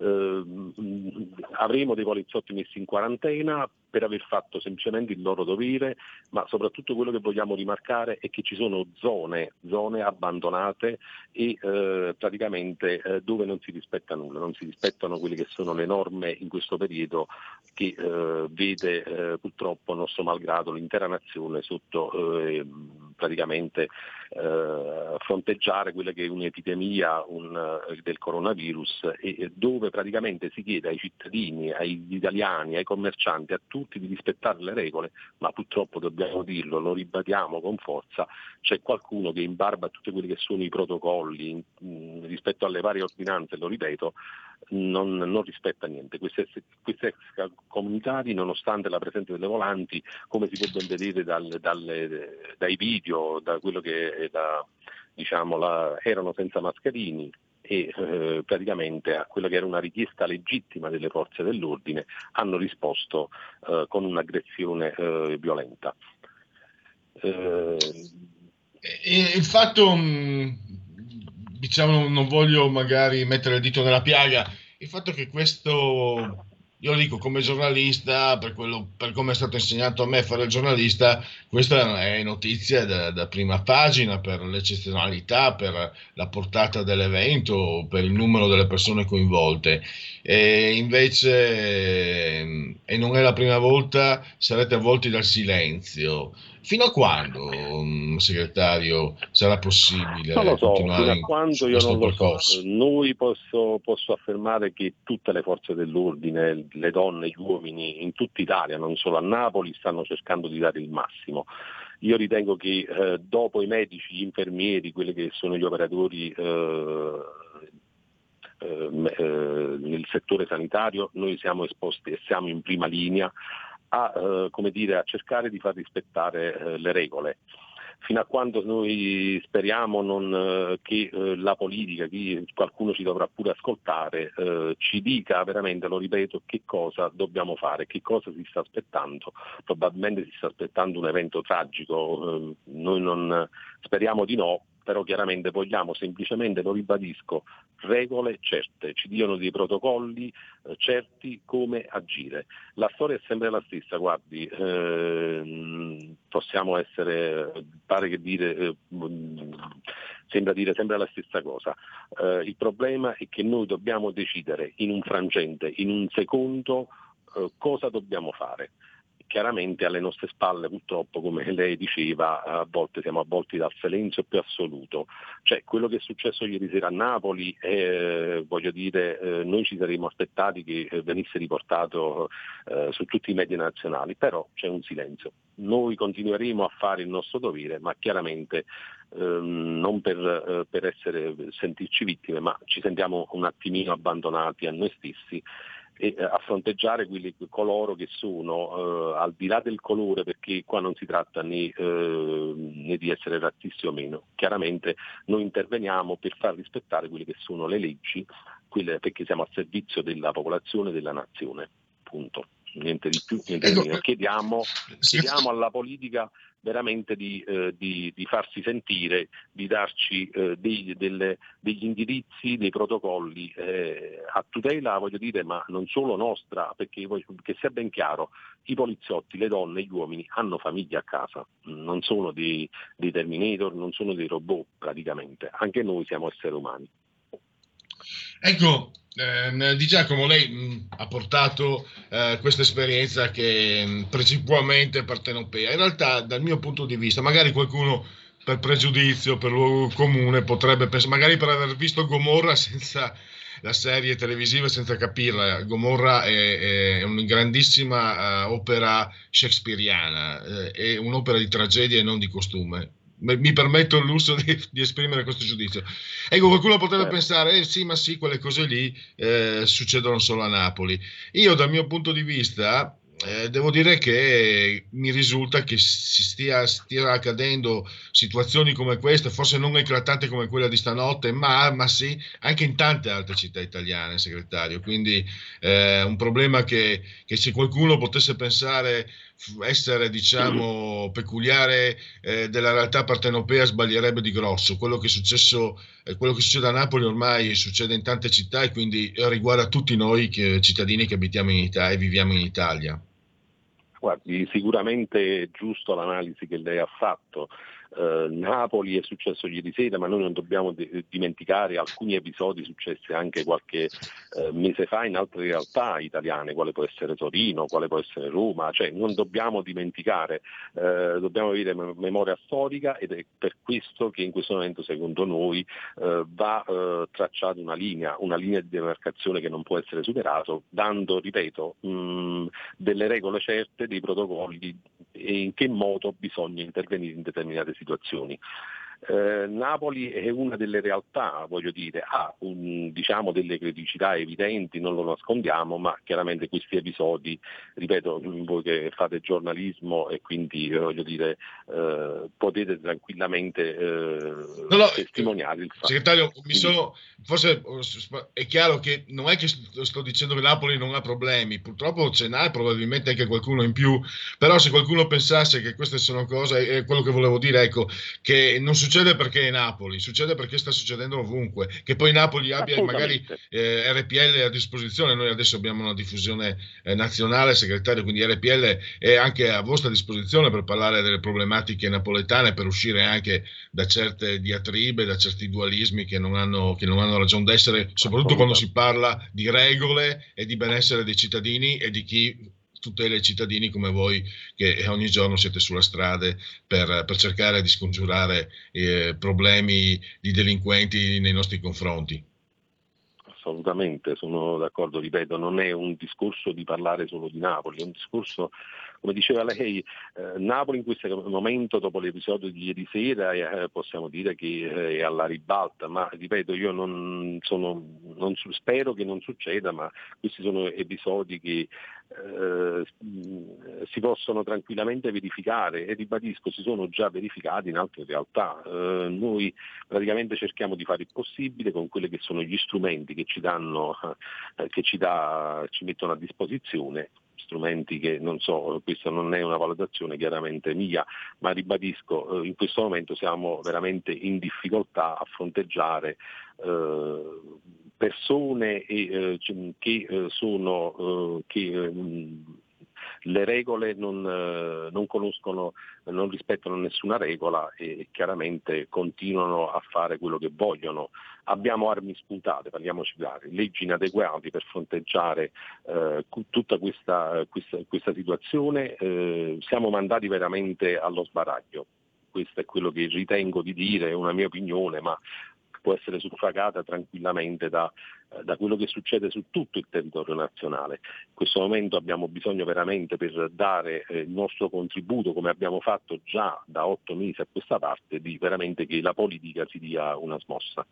Avremo dei poliziotti messi in quarantena per aver fatto semplicemente il loro dovere, ma soprattutto quello che vogliamo rimarcare è che ci sono zone abbandonate e praticamente dove non si rispetta nulla, non si rispettano quelle che sono le norme in questo periodo che vede purtroppo, nostro malgrado, l'intera nazione sotto praticamente fronteggiare quella che è un'epidemia del coronavirus e dove praticamente si chiede ai cittadini, agli italiani, ai commercianti, a tutti di rispettare le regole, ma purtroppo dobbiamo dirlo, lo ribadiamo con forza, c'è qualcuno che in barba a tutti quelli che sono i protocolli rispetto alle varie ordinanze, lo ripeto, non rispetta niente. Questi extracomunitari, nonostante la presenza delle volanti, come si può ben vedere dai video, da quello che erano senza mascherini e praticamente a quella che era una richiesta legittima delle forze dell'ordine, hanno risposto con un'aggressione violenta. Il fatto, diciamo, non voglio magari mettere il dito nella piaga, il fatto che questo, io lo dico come giornalista, per come è stato insegnato a me a fare il giornalista, questa è notizia da prima pagina per l'eccezionalità, per la portata dell'evento, per il numero delle persone coinvolte. E invece, e non è la prima volta, sarete avvolti dal silenzio. Fino a quando, segretario, sarà possibile non lo so, continuare fino a quando io non lo so. Noi posso affermare che tutte le forze dell'ordine, le donne, gli uomini, in tutta Italia, non solo a Napoli, stanno cercando di dare il massimo. Io ritengo che dopo i medici, gli infermieri, quelli che sono gli operatori nel settore sanitario, noi siamo esposti e siamo in prima linea a cercare di far rispettare le regole. Fino a quando noi speriamo che la politica, qualcuno ci dovrà pure ascoltare, ci dica veramente, lo ripeto, che cosa dobbiamo fare, che cosa si sta aspettando. Probabilmente si sta aspettando un evento tragico, noi non speriamo di no, però chiaramente vogliamo semplicemente, lo ribadisco, regole certe, ci diano dei protocolli certi come agire. La storia è sempre la stessa, guardi, possiamo essere, sembra dire sempre la stessa cosa. Il problema è che noi dobbiamo decidere in un frangente, in un secondo, cosa dobbiamo fare. Chiaramente alle nostre spalle, purtroppo, come lei diceva, a volte siamo avvolti dal silenzio più assoluto. Cioè, quello che è successo ieri sera a Napoli, noi ci saremmo aspettati che venisse riportato su tutti i media nazionali, però c'è un silenzio. Noi continueremo a fare il nostro dovere, ma chiaramente non per sentirci vittime, ma ci sentiamo un attimino abbandonati a noi stessi e a fronteggiare coloro che sono al di là del colore, perché qua non si tratta né di essere razzisti o meno. Chiaramente noi interveniamo per far rispettare quelle che sono le leggi, perché siamo al servizio della popolazione e della nazione, punto. Niente di più, niente di meno. Chiediamo alla politica veramente di farsi sentire, di darci degli indirizzi, dei protocolli a tutela, ma non solo nostra, perché che sia ben chiaro, i poliziotti, le donne, gli uomini hanno famiglia a casa, non sono dei Terminator, non sono dei robot praticamente, anche noi siamo esseri umani. Ecco, Di Giacomo, lei ha portato questa esperienza che principalmente partenopea. In realtà, dal mio punto di vista, magari qualcuno per pregiudizio, per luogo comune, potrebbe pensare, magari per aver visto Gomorra senza la serie televisiva, senza capirla. Gomorra è una grandissima opera shakespeariana, è un'opera di tragedia e non di costume. Mi permetto il lusso di esprimere questo giudizio. Ecco, qualcuno potrebbe pensare, sì, ma sì, quelle cose lì succedono solo a Napoli. Io, dal mio punto di vista, devo dire che mi risulta che si stia accadendo situazioni come queste, forse non eclatanti come quella di stanotte, ma sì, anche in tante altre città italiane, segretario. Quindi un problema che se qualcuno potesse pensare essere, diciamo, peculiare della realtà partenopea, sbaglierebbe di grosso. Quello che succede a Napoli ormai succede in tante città e quindi riguarda tutti noi cittadini che abitiamo in Italia e viviamo in Italia. Guardi, sicuramente è giusto l'analisi che lei ha fatto. Napoli è successo ieri sera, ma noi non dobbiamo dimenticare alcuni episodi successi anche qualche mese fa in altre realtà italiane, quale può essere Torino, quale può essere Roma, cioè non dobbiamo dimenticare, dobbiamo avere memoria storica, ed è per questo che in questo momento, secondo noi, va tracciata una linea di demarcazione che non può essere superato, dando, ripeto, delle regole certe, dei protocolli e in che modo bisogna intervenire in determinate situazioni. Napoli è una delle realtà, voglio dire, ha diciamo delle criticità evidenti, non lo nascondiamo, ma chiaramente questi episodi, ripeto, voi che fate giornalismo e quindi voglio dire potete tranquillamente testimoniare il fatto. Segretario, forse è chiaro che non è che sto dicendo che Napoli non ha problemi, purtroppo ce n'ha probabilmente anche qualcuno in più, però se qualcuno pensasse che queste sono cose, è quello che volevo dire, ecco, che non succede perché è Napoli, succede perché sta succedendo ovunque, che poi Napoli abbia magari RPL a disposizione. Noi adesso abbiamo una diffusione nazionale, segretario, quindi RPL è anche a vostra disposizione per parlare delle problematiche napoletane, per uscire anche da certe diatribe, da certi dualismi che non hanno ragione d'essere, soprattutto quando si parla di regole e di benessere dei cittadini e di chi tutela i cittadini come voi, che ogni giorno siete sulla strada per cercare di scongiurare problemi di delinquenti nei nostri confronti. Assolutamente, sono d'accordo, ripeto, non è un discorso di parlare solo di Napoli, è un discorso, come diceva lei, Napoli in questo momento, dopo l'episodio di ieri sera, possiamo dire che è alla ribalta, ma ripeto, io spero che non succeda, ma questi sono episodi che si possono tranquillamente verificare, e ribadisco, si sono già verificati in altre realtà. Noi praticamente cerchiamo di fare il possibile con quelli che sono gli strumenti che ci mettono a disposizione, strumenti che non so, questa non è una valutazione chiaramente mia, ma ribadisco, in questo momento siamo veramente in difficoltà a fronteggiare persone che le regole non conoscono, non rispettano nessuna regola e chiaramente continuano a fare quello che vogliono. Abbiamo armi spuntate, parliamoci chiaro, leggi inadeguate per fronteggiare tutta questa situazione, siamo mandati veramente allo sbaraglio. Questo è quello che ritengo di dire, è una mia opinione, ma può essere suffragata tranquillamente da quello che succede su tutto il territorio nazionale. In questo momento abbiamo bisogno veramente, per dare il nostro contributo, come abbiamo fatto già da 8 mesi a questa parte, di veramente che la politica si dia una smossa.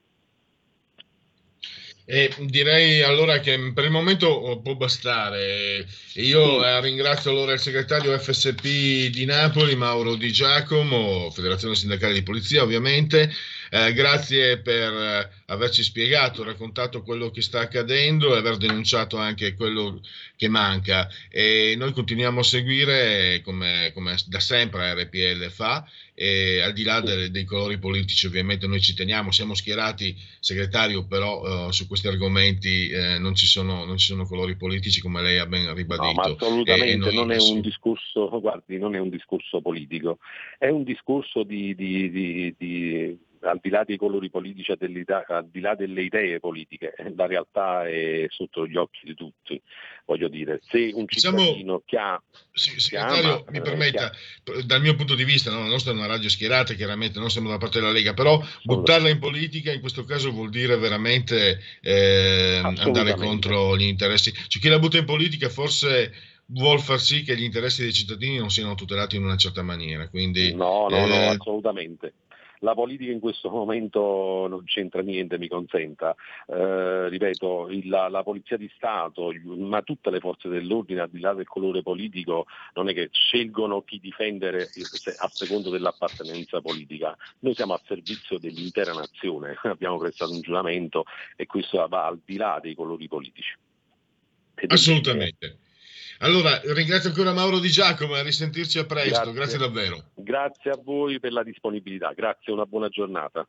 Direi allora che per il momento può bastare. Io ringrazio allora il segretario FSP di Napoli, Mauro Di Giacomo, Federazione Sindacale di Polizia ovviamente. Grazie per averci spiegato, raccontato quello che sta accadendo e aver denunciato anche quello che manca, e noi continuiamo a seguire come da sempre RPL fa, e al di là dei colori politici ovviamente noi ci teniamo, siamo schierati, segretario, però su questi argomenti non ci sono colori politici, come lei ha ben ribadito. No, ma assolutamente non è un discorso, guardi, non è un discorso politico, è un discorso di al di là dei colori politici, al di là delle idee politiche, la realtà è sotto gli occhi di tutti. Voglio dire, se un cittadino segretario, mi permetta, dal mio punto di vista, la nostra è una radio schierata, chiaramente non siamo dalla parte della Lega, però buttarla in politica in questo caso vuol dire veramente andare contro gli interessi. Cioè, chi la butta in politica forse vuol far sì che gli interessi dei cittadini non siano tutelati in una certa maniera. Quindi, no, assolutamente. La politica in questo momento non c'entra niente, mi consenta. Ripeto, la Polizia di Stato, ma tutte le forze dell'ordine, al di là del colore politico, non è che scelgono chi difendere a secondo dell'appartenenza politica. Noi siamo al servizio dell'intera nazione, abbiamo prestato un giuramento e questo va al di là dei colori politici. Assolutamente. Allora, ringrazio ancora Mauro Di Giacomo e a risentirci a presto, grazie davvero. Grazie a voi per la disponibilità, grazie, una buona giornata.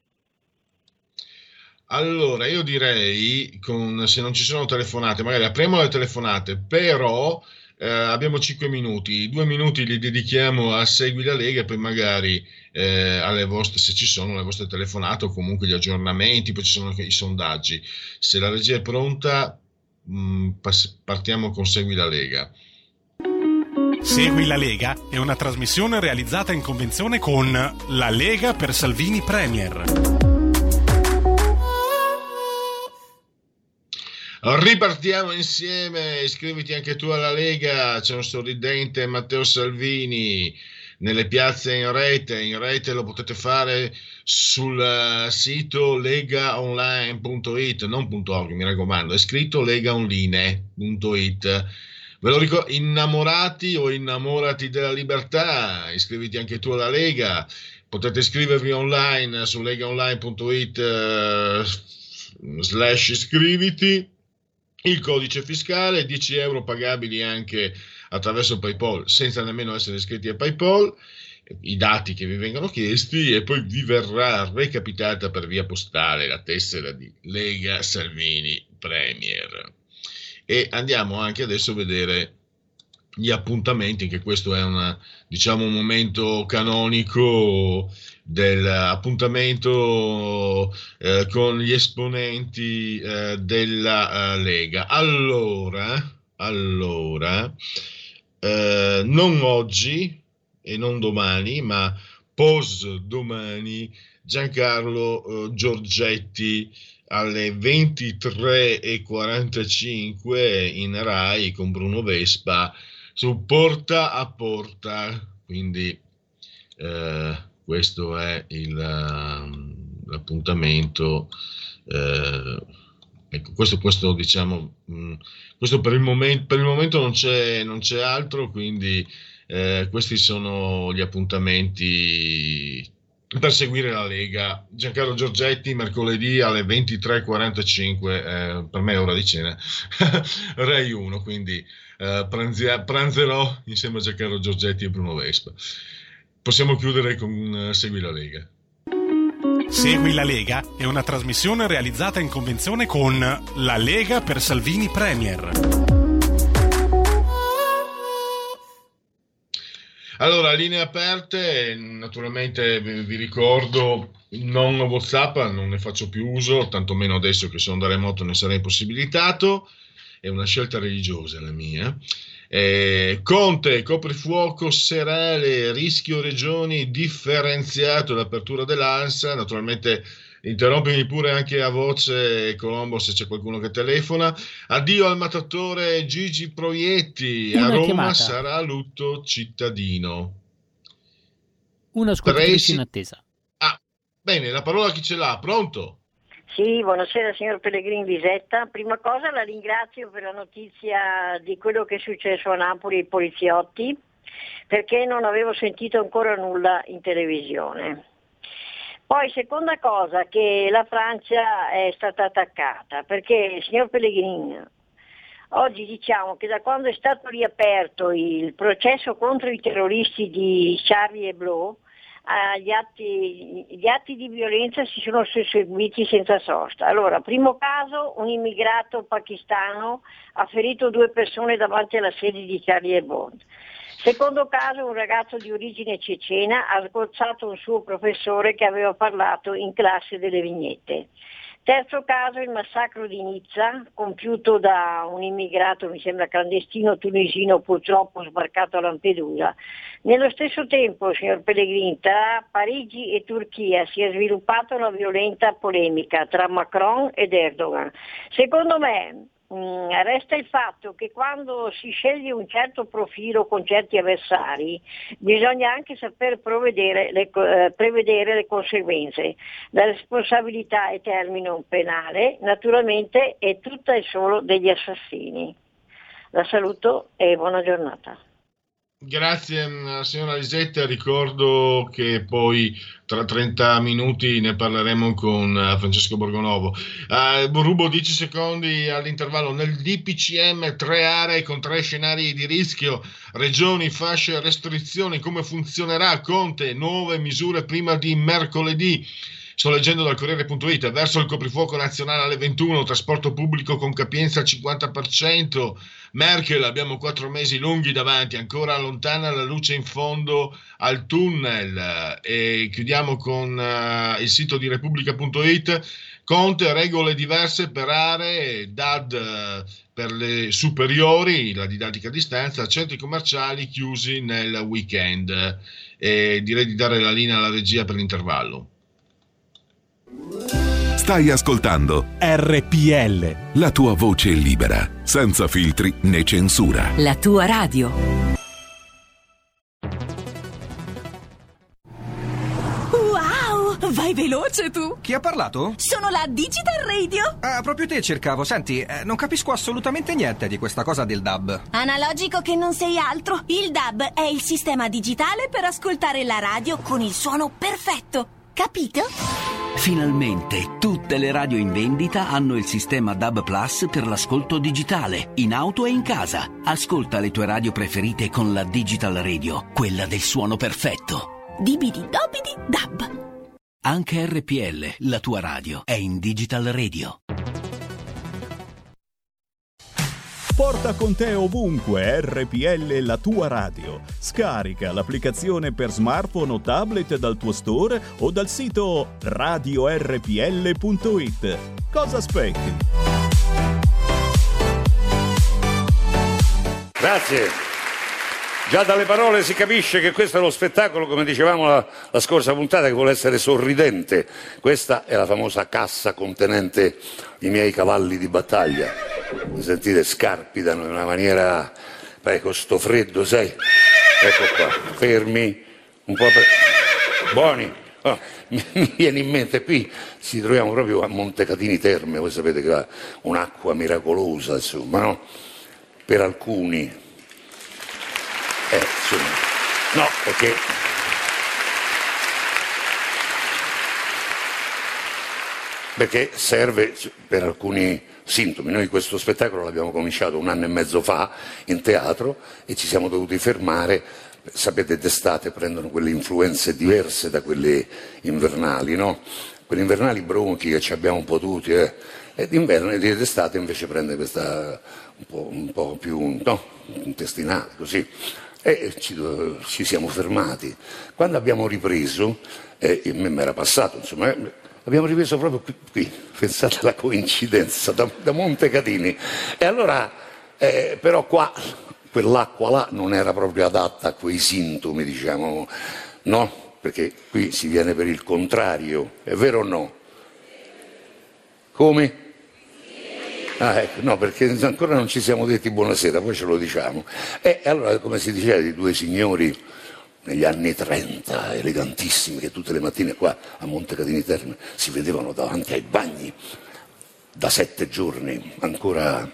Allora, io direi, se non ci sono telefonate, magari apriamo le telefonate, però abbiamo 5 minuti, 2 minuti li dedichiamo a Segui la Lega e poi magari alle vostre, se ci sono le vostre telefonate o comunque gli aggiornamenti, poi ci sono anche i sondaggi. Se la regia è pronta, partiamo con Segui la Lega. Segui la Lega è una trasmissione realizzata in convenzione con La Lega per Salvini Premier. Ripartiamo insieme, iscriviti anche tu alla Lega, c'è un sorridente Matteo Salvini, nelle piazze in rete lo potete fare sul sito legaonline.it, non .org, mi raccomando, è scritto legaonline.it. Ve lo ricordo, innamorati o innamorati della libertà, iscriviti anche tu alla Lega, potete iscrivervi online su legaonline.it /iscriviti, il codice fiscale, 10 euro pagabili anche attraverso PayPal senza nemmeno essere iscritti a PayPal, i dati che vi vengono chiesti, e poi vi verrà recapitata per via postale la tessera di Lega Salvini Premier. E andiamo anche adesso a vedere gli appuntamenti, che questo è un momento canonico dell'appuntamento con gli esponenti della Lega. Allora, non oggi e non domani, ma domani, Giancarlo Giorgetti alle 23:45 in Rai con Bruno Vespa su Porta a Porta. Quindi questo è l'appuntamento. Ecco, questo diciamo, questo per il momento non c'è altro, quindi questi sono gli appuntamenti per seguire la Lega. Giancarlo Giorgetti mercoledì alle 23:45, per me è ora di cena, Rai 1, quindi pranzerò insieme a Giancarlo Giorgetti e Bruno Vespa. Possiamo chiudere con Segui la Lega. Segui la Lega è una trasmissione realizzata in convenzione con La Lega per Salvini Premier. Allora, linee aperte, naturalmente vi ricordo, non WhatsApp, non ne faccio più uso, tantomeno adesso che sono da remoto ne sarei impossibilitato, è una scelta religiosa la mia. Conte, coprifuoco serale, rischio regioni differenziato, l'apertura dell'ANSA, naturalmente interrompimi pure anche a voce, Colombo, se c'è qualcuno che telefona. Addio al mattatore Gigi Proietti, a Roma chiamata. Sarà lutto cittadino. Una ascoltatrice in attesa. Bene, la parola chi ce l'ha? Pronto? Sì, buonasera signor Pellegrini Lisetta. Prima cosa la ringrazio per la notizia di quello che è successo a Napoli ai poliziotti, perché non avevo sentito ancora nulla in televisione. Poi seconda cosa, che la Francia è stata attaccata, perché signor Pellegrini, oggi diciamo che da quando è stato riaperto il processo contro i terroristi di Charlie Hebdo, gli atti di violenza si sono susseguiti senza sosta. Allora, primo caso, un immigrato pakistano ha ferito 2 persone davanti alla sede di Charlie Hebdo. Secondo caso, un ragazzo di origine cecena ha sgozzato un suo professore che aveva parlato in classe delle vignette. Terzo caso, il massacro di Nizza, compiuto da un immigrato, mi sembra clandestino tunisino, purtroppo sbarcato a Lampedusa. Nello stesso tempo, signor Pellegrini, tra Parigi e Turchia si è sviluppata una violenta polemica tra Macron ed Erdogan. Secondo me resta il fatto che quando si sceglie un certo profilo con certi avversari bisogna anche saper prevedere le conseguenze. La responsabilità è termine penale, naturalmente è tutta e solo degli assassini. La saluto e buona giornata. Grazie signora Lisetta, ricordo che poi tra 30 minuti ne parleremo con Francesco Borgonovo. Rubo 10 secondi all'intervallo. Nel DPCM 3 aree con 3 scenari di rischio, regioni, fasce, restrizioni, come funzionerà? Conte, nuove misure prima di mercoledì. Sto leggendo dal Corriere.it, verso il coprifuoco nazionale alle 21, trasporto pubblico con capienza al 50%, Merkel, abbiamo 4 mesi lunghi davanti, ancora lontana la luce in fondo al tunnel. E chiudiamo con il sito di Repubblica.it, Conte, regole diverse per aree, DAD per le superiori, la didattica a distanza, centri commerciali chiusi nel weekend. E direi di dare la linea alla regia per l'intervallo. Stai ascoltando RPL, la tua voce libera, senza filtri né censura. La tua radio. sei veloce tu! Chi ha parlato? Sono la Digital Radio! Ah, proprio te cercavo. Senti, non capisco assolutamente niente di questa cosa del DAB. Analogico che non sei altro. Il DAB è il sistema digitale per ascoltare la radio con il suono perfetto. Capito? Finalmente tutte le radio in vendita hanno il sistema DAB Plus per l'ascolto digitale, in auto e in casa. Ascolta le tue radio preferite con la Digital Radio, quella del suono perfetto. Dibidi dobidi DAB. Anche RPL, la tua radio, è in Digital Radio. Porta con te ovunque RPL, la tua radio. Scarica l'applicazione per smartphone o tablet dal tuo store o dal sito radiorpl.it. Cosa aspetti? Grazie. Già dalle parole si capisce che questo è lo spettacolo, come dicevamo la scorsa puntata, che vuole essere sorridente. Questa è la famosa cassa contenente i miei cavalli di battaglia. Mi sentite, scarpitano in una maniera, con sto freddo, sai? Ecco qua, fermi, un po' buoni. Oh, mi viene in mente, qui ci troviamo proprio a Montecatini Terme, voi sapete che ha un'acqua miracolosa, insomma, no? Per alcuni. Insomma, no, perché serve per alcuni sintomi. Noi questo spettacolo l'abbiamo cominciato 1 anno e mezzo fa in teatro e ci siamo dovuti fermare. Sapete, d'estate prendono quelle influenze diverse da quelle invernali, no? Quelle invernali bronchi che ci abbiamo un po' tutti, e d'inverno e d'estate invece prende questa un po' più, no, intestinale, così. E ci siamo fermati. Quando abbiamo ripreso, a me mi era passato, insomma, abbiamo ripreso proprio qui, pensate alla coincidenza, da Montecatini. E allora, però qua, quell'acqua là non era proprio adatta a quei sintomi, diciamo, no? Perché qui si viene per il contrario, è vero o no? Come? Ecco, no, perché ancora non ci siamo detti buonasera, poi ce lo diciamo. E allora, come si diceva di due signori negli anni 30, elegantissimi, che tutte le mattine qua a Montecatini Terme si vedevano davanti ai bagni da 7 giorni, ancora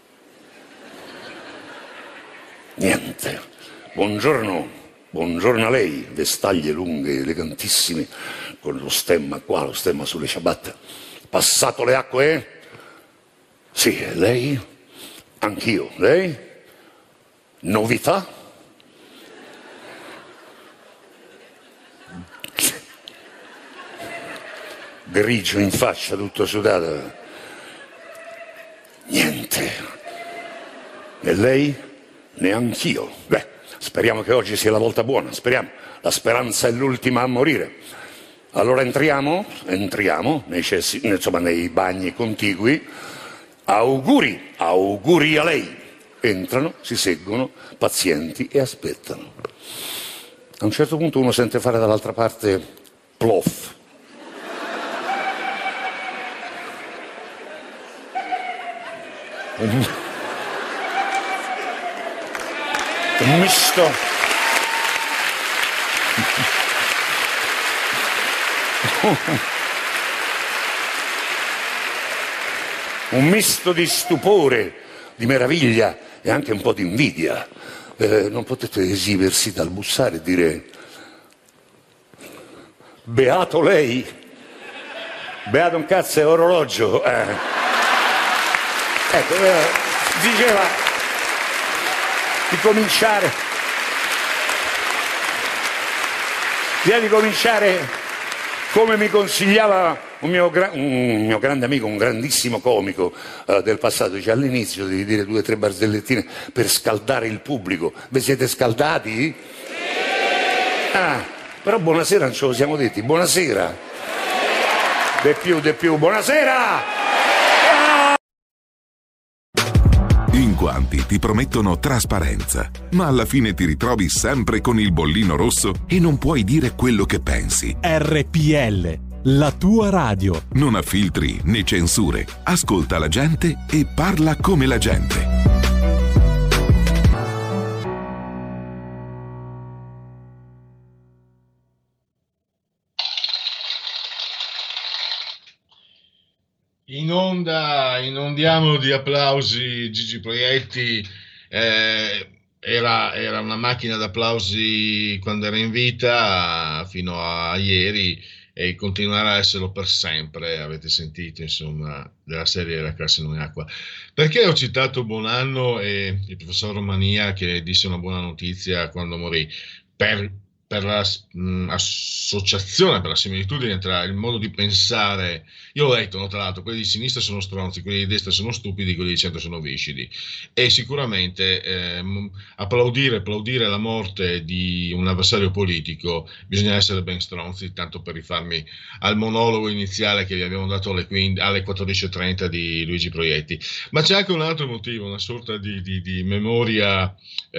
niente. Buongiorno a lei, vestaglie lunghe, elegantissime, con lo stemma qua, lo stemma sulle ciabatte. Passato le acque? Sì, lei? Anch'io. Lei? Novità? Grigio in faccia, tutto sudato. Niente. E lei? Neanch'io. Beh, speriamo che oggi sia la volta buona, speriamo. La speranza è l'ultima a morire. Allora entriamo nei bagni contigui. Auguri a lei. Entrano, si seggono, pazienti, e aspettano. A un certo punto uno sente fare dall'altra parte plof. Un misto. Un misto di stupore, di meraviglia e anche un po' di invidia. Non potete esimersi dal bussare e dire: beato lei, beato un cazzo è orologio. Ecco, diceva di cominciare come mi consigliava un mio grande amico, un grandissimo comico del passato. Dice: all'inizio devi dire 2 o 3 barzellettine per scaldare il pubblico. Vi siete scaldati? Sì! Però buonasera non ce lo siamo detti. Buonasera. De più. Buonasera! In quanti ti promettono trasparenza, ma alla fine ti ritrovi sempre con il bollino rosso e non puoi dire quello che pensi. RPL, la tua radio. Non ha filtri né censure. Ascolta la gente e parla come la gente. inondiamo di applausi Gigi Proietti. Era una macchina d'applausi quando era in vita fino a ieri e continuerà a esserlo per sempre. Avete sentito, insomma, della serie La classe non è acqua. Perché ho citato Bonanno e il professor Romania che disse una buona notizia quando morì? Per la associazione, per la similitudine tra il modo di pensare. Io ho detto, no, tra l'altro, quelli di sinistra sono stronzi, quelli di destra sono stupidi, quelli di centro sono viscidi. E sicuramente applaudire la morte di un avversario politico bisogna essere ben stronzi, tanto per rifarmi al monologo iniziale che vi abbiamo dato alle 14.30 di Luigi Proietti. Ma c'è anche un altro motivo, una sorta di memoria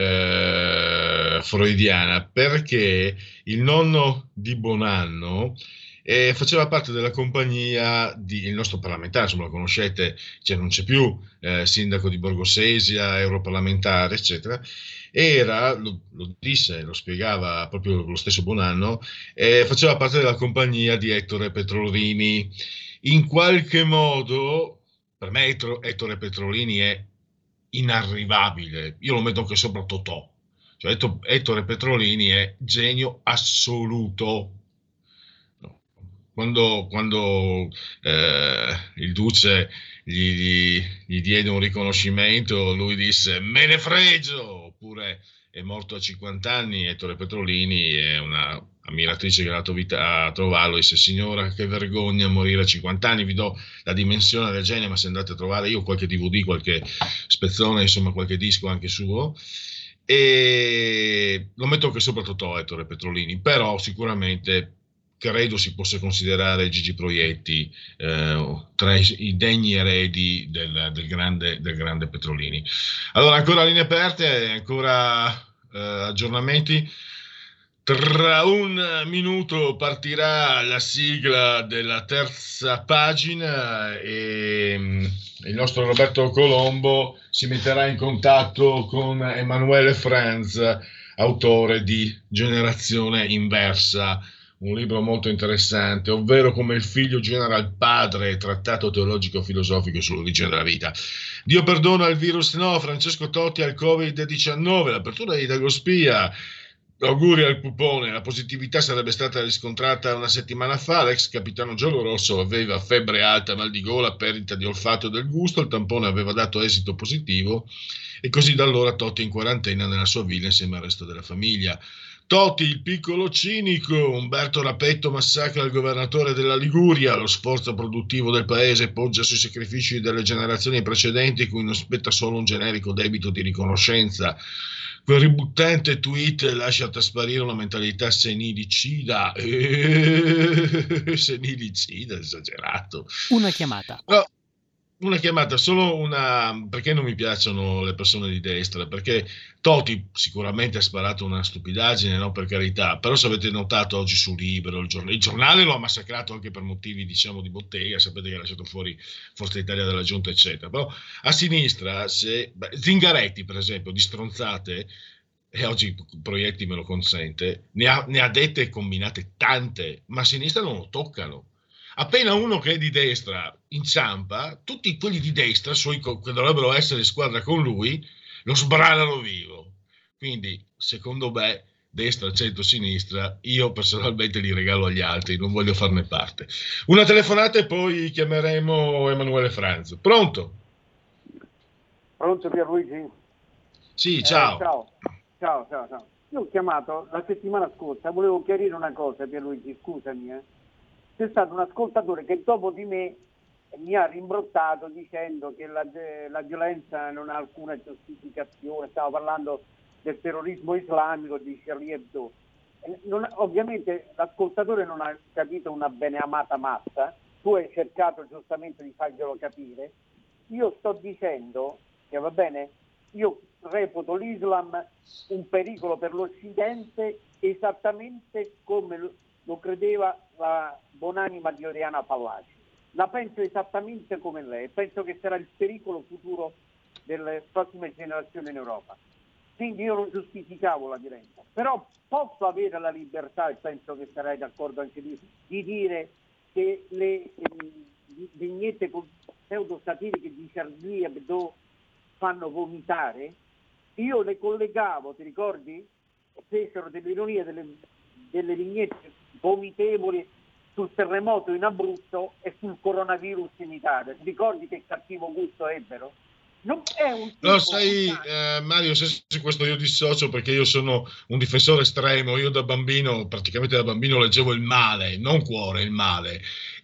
freudiana, perché il nonno di Bonanno faceva parte della compagnia il nostro parlamentare, insomma lo conoscete, cioè non c'è più sindaco di Borgosesia, europarlamentare, eccetera. Era, lo disse, lo spiegava proprio lo stesso Bonanno, faceva parte della compagnia di Ettore Petrolini. In qualche modo, per me Ettore Petrolini è inarrivabile, io lo metto anche sopra Totò. Cioè, Ettore Petrolini è genio assoluto. Quando il Duce gli diede un riconoscimento, lui disse me ne fregio, oppure è morto a 50 anni, Ettore Petrolini è una ammiratrice che è dato vita a trovarlo, disse signora che vergogna morire a 50 anni, vi do la dimensione del genio, ma se andate a trovare io qualche DVD, qualche spezzone, insomma qualche disco anche suo, e lo metto anche sopra Totò Ettore Petrolini, però sicuramente credo si possa considerare Gigi Proietti tra i degni eredi del grande Petrolini. Allora, ancora linee aperte, ancora aggiornamenti. Tra un minuto partirà la sigla della terza pagina e il nostro Roberto Colombo si metterà in contatto con Emanuele Franz, autore di Generazione Inversa, un libro molto interessante, ovvero come il figlio genera il padre, trattato teologico-filosofico sull'origine della vita. Dio perdona il virus no, Francesco Totti al Covid-19, l'apertura di Dagospia, auguri al Pupone, la positività sarebbe stata riscontrata una settimana fa, l'ex capitano giallorosso aveva febbre alta, mal di gola, perdita di olfatto e del gusto, il tampone aveva dato esito positivo e così da allora Totti è in quarantena nella sua villa insieme al resto della famiglia. Totti, il piccolo cinico, Umberto Rapetto massacra il governatore della Liguria, lo sforzo produttivo del paese poggia sui sacrifici delle generazioni precedenti cui non spetta solo un generico debito di riconoscenza. Quel ributtante tweet lascia trasparire una mentalità senilicida, senilicida, esagerato. Una chiamata. No. Una chiamata, solo una, perché non mi piacciono le persone di destra, perché Totti sicuramente ha sparato una stupidaggine, no, per carità, però se avete notato oggi su Libero, il giornale lo ha massacrato anche per motivi diciamo di bottega, sapete che ha lasciato fuori Forza Italia dalla giunta eccetera, però a sinistra Zingaretti per esempio di stronzate, e oggi Proietti me lo consente, ne ha dette e combinate tante, ma a sinistra non lo toccano. Appena uno che è di destra inciampa, tutti quelli di destra, che dovrebbero essere in squadra con lui, lo sbranano vivo. Quindi, secondo me, destra, centro, sinistra, io personalmente li regalo agli altri, non voglio farne parte. Una telefonata e poi chiameremo Emanuele Franz. Pronto? Pronto Pierluigi? Sì, ciao. Ciao. Io ho chiamato la settimana scorsa, volevo chiarire una cosa Pierluigi, scusami. C'è stato un ascoltatore che dopo di me mi ha rimbrottato dicendo che la violenza non ha alcuna giustificazione, stavo parlando del terrorismo islamico di Charlie Hebdo. Ovviamente l'ascoltatore non ha capito una beneamata massa, tu hai cercato giustamente di farglielo capire. Io sto dicendo che va bene, io reputo l'Islam un pericolo per l'Occidente esattamente come lo credeva la buonanima di Oriana Fallaci. La penso esattamente come lei, penso che sarà il pericolo futuro delle prossime generazioni in Europa. Quindi io non giustificavo la violenza, però posso avere la libertà, e penso che sarai d'accordo anche di dire che le vignette pseudosatiriche di Charlie Hebdo fanno vomitare, io le collegavo, ti ricordi? Fecero delle ironie, delle vignette vomitevoli sul terremoto in Abruzzo e sul coronavirus in Italia. Ti ricordi che cattivo gusto ebbero? Non è un Lo sai, Mario, se questo io dissocio, perché io sono un difensore estremo. Io praticamente da bambino leggevo il male, non cuore, il male,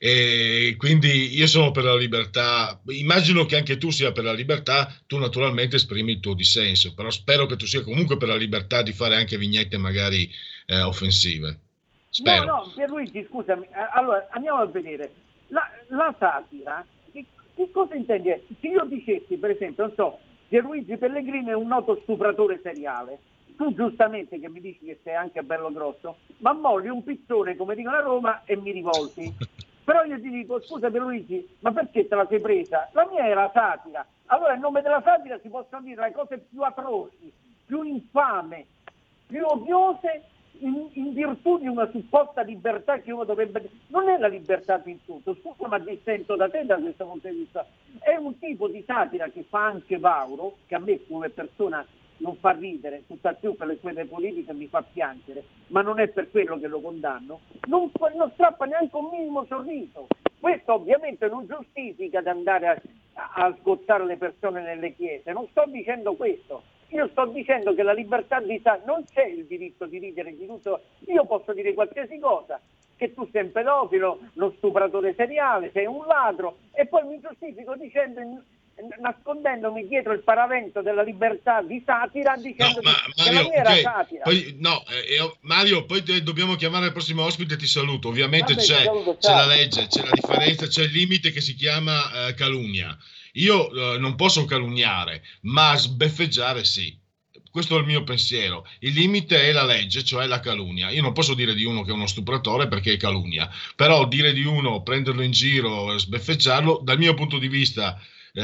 e quindi io sono per la libertà. Immagino che anche tu sia per la libertà. Tu naturalmente esprimi il tuo dissenso, però spero che tu sia comunque per la libertà di fare anche vignette magari offensive. Spero. No, Pierluigi, scusami, allora andiamo a vedere la satira. Che cosa intendi? Se io dicessi, per esempio, non so, Pierluigi Pellegrini è un noto stupratore seriale, tu giustamente che mi dici che sei anche bello grosso, ma molli un pizzone, come dicono a Roma, e mi rivolti. Però io ti dico, scusa Pierluigi, ma perché te la sei presa? La mia era satira. Allora in nome della satira si possono dire le cose più atroci, più infame, più odiose, in virtù di una supposta libertà che uno dovrebbe... Non è la libertà di tutto, scusa, ma dissento da te da questo punto di vista. È un tipo di satira che fa anche Vauro, che a me come persona non fa ridere, tutt'al più per le sue idee politiche mi fa piangere, ma non è per quello che lo condanno. Non strappa neanche un minimo sorriso. Questo ovviamente non giustifica di andare a sgozzare le persone nelle chiese, non sto dicendo questo. Io sto dicendo che la libertà di non c'è il diritto di ridere di tutto. Io posso dire qualsiasi cosa, che tu sei un pedofilo, uno stupratore seriale, sei un ladro, e poi mi giustifico dicendo, nascondendomi dietro il paravento della libertà di satira, dicendo che la mia era satira. Poi, Mario, poi dobbiamo chiamare il prossimo ospite e ti saluto. Ovviamente c'è la legge, c'è la differenza, c'è il limite che si chiama calunnia. Io non posso calunniare, ma sbeffeggiare sì. Questo è il mio pensiero. Il limite è la legge, cioè la calunnia. Io non posso dire di uno che è uno stupratore perché è calunnia, però dire di uno, prenderlo in giro, sbeffeggiarlo, dal mio punto di vista,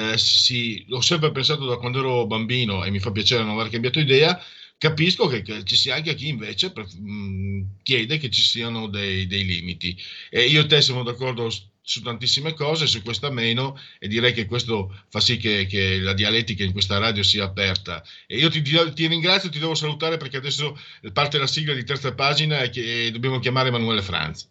l'ho sempre pensato da quando ero bambino e mi fa piacere non aver cambiato idea. Capisco che ci sia anche chi invece chiede che ci siano dei limiti. E io e te siamo d'accordo su tantissime cose, su questa meno, e direi che questo fa sì che la dialettica in questa radio sia aperta. E io ti ringrazio, ti devo salutare perché adesso parte la sigla di Terza Pagina e dobbiamo chiamare Emanuele Franz.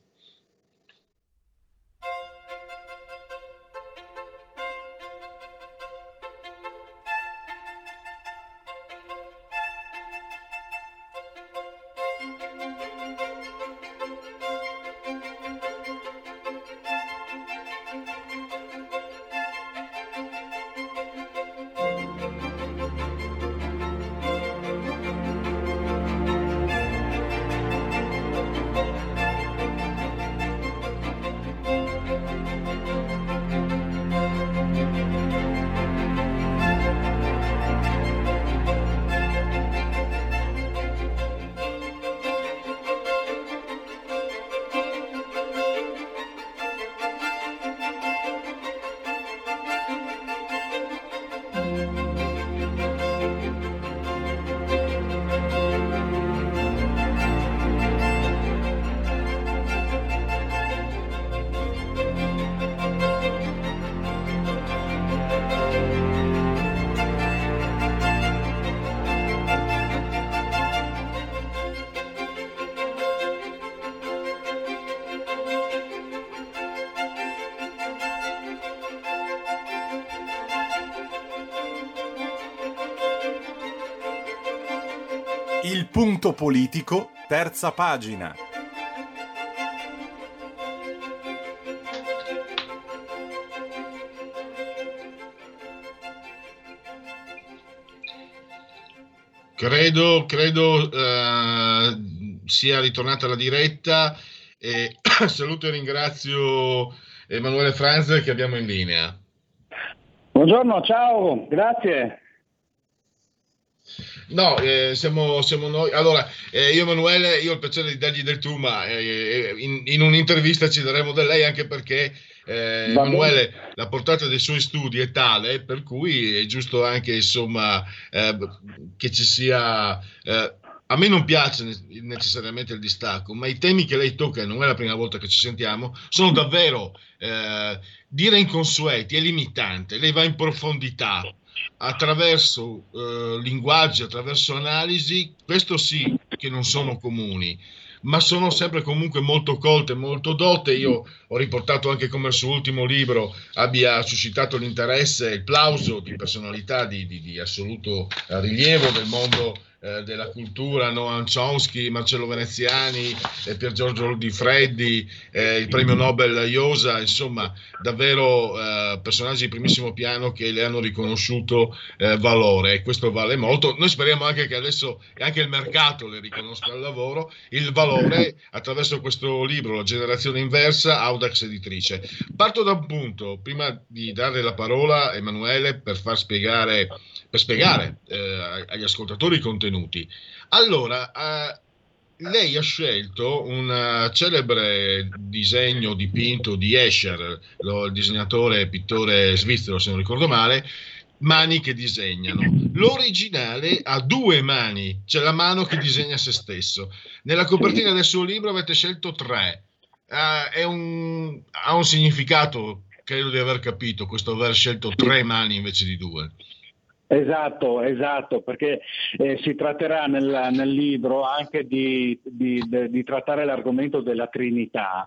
Il punto politico, terza pagina. Credo sia ritornata la diretta e saluto e ringrazio Emanuele Franz che abbiamo in linea. Buongiorno, ciao, grazie. No, siamo noi. Allora, io Emanuele, io ho il piacere di dargli del tu, ma in un'intervista ci daremo del lei, anche perché Emanuele, la portata dei suoi studi è tale per cui è giusto anche, insomma, che ci sia a me non piace necessariamente il distacco, ma i temi che lei tocca, e non è la prima volta che ci sentiamo, sono davvero, dire inconsueti, è limitante. Lei va in profondità attraverso linguaggi, attraverso analisi, questo sì che non sono comuni, ma sono sempre comunque molto colte, molto dote. Io ho riportato anche come il suo ultimo libro abbia suscitato l'interesse e il plauso di personalità di assoluto rilievo del mondo della cultura, Noam Chomsky, Marcello Veneziani, Pier Giorgio Di Freddi, il premio Nobel Iosa, insomma davvero personaggi di primissimo piano che le hanno riconosciuto valore, e questo vale molto. Noi speriamo anche che adesso anche il mercato le riconosca il valore attraverso questo libro, La generazione inversa, Audax Editrice. Parto da un punto, prima di dare la parola a Emanuele per spiegare agli ascoltatori i contenuti. Allora, lei ha scelto un celebre disegno dipinto di Escher, il disegnatore e pittore svizzero, se non ricordo male, mani che disegnano. L'originale ha 2 mani, c'è la mano che disegna se stesso. Nella copertina del suo libro avete scelto 3. Ha un significato, credo di aver capito, questo aver scelto 3 mani invece di 2. Esatto, perché si tratterà nel libro anche di trattare l'argomento della Trinità,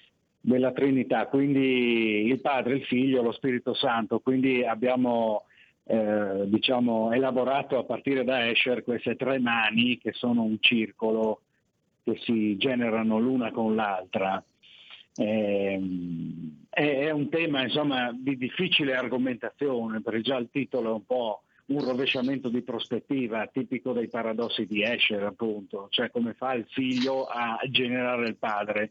quindi il Padre, il Figlio, lo Spirito Santo. Quindi abbiamo elaborato a partire da Escher queste 3 mani che sono un circolo che si generano l'una con l'altra. È un tema, insomma, di difficile argomentazione, perché già il titolo è un po' un rovesciamento di prospettiva tipico dei paradossi di Escher, appunto, cioè come fa il figlio a generare il padre.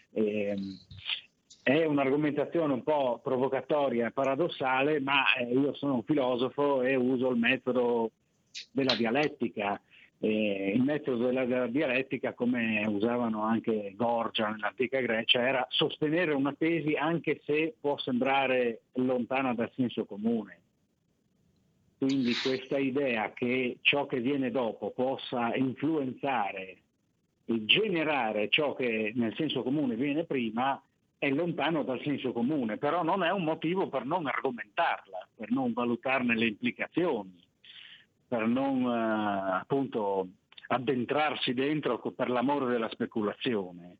È un'argomentazione un po' provocatoria e paradossale, ma io sono un filosofo e uso il metodo della dialettica. Il metodo della dialettica, come usavano anche Gorgia nell'antica Grecia, era sostenere una tesi anche se può sembrare lontana dal senso comune. Quindi questa idea che ciò che viene dopo possa influenzare e generare ciò che nel senso comune viene prima è lontano dal senso comune, però non è un motivo per non argomentarla, per non valutarne le implicazioni, per non appunto addentrarsi dentro per l'amore della speculazione.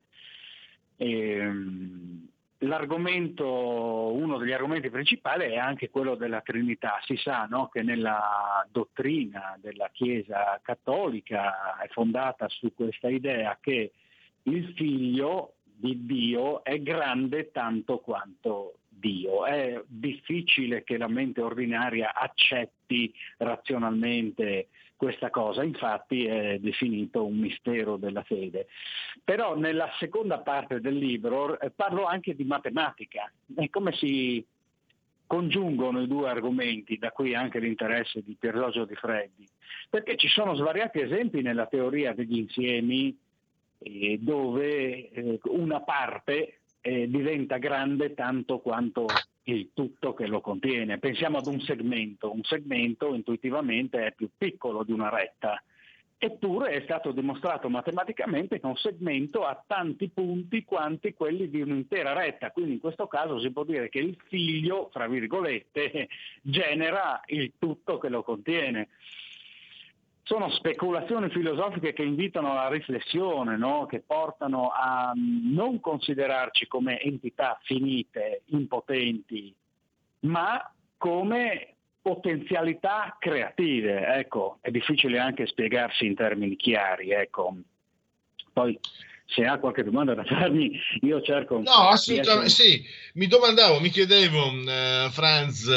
Uno degli argomenti principali è anche quello della Trinità. Si sa, no, che nella dottrina della Chiesa cattolica è fondata su questa idea che il Figlio di Dio è grande tanto quanto Dio. È difficile che la mente ordinaria accetti razionalmente questa cosa, infatti è definito un mistero della fede. Però nella seconda parte del libro parlo anche di matematica e come si congiungono i 2 argomenti, da qui anche l'interesse di Pier Giorgio Di Freddi, perché ci sono svariati esempi nella teoria degli insiemi dove una parte diventa grande tanto quanto il tutto che lo contiene. Pensiamo ad un segmento intuitivamente è più piccolo di una retta, eppure è stato dimostrato matematicamente che un segmento ha tanti punti quanti quelli di un'intera retta, quindi in questo caso si può dire che il figlio, fra virgolette, genera il tutto che lo contiene. Sono speculazioni filosofiche che invitano alla riflessione, no? Che portano a non considerarci come entità finite, impotenti, ma come potenzialità creative. Ecco, è difficile anche spiegarsi in termini chiari. Ecco. Poi, se ha qualche domanda da farmi, io cerco... No, assolutamente sì. Mi chiedevo, Franz,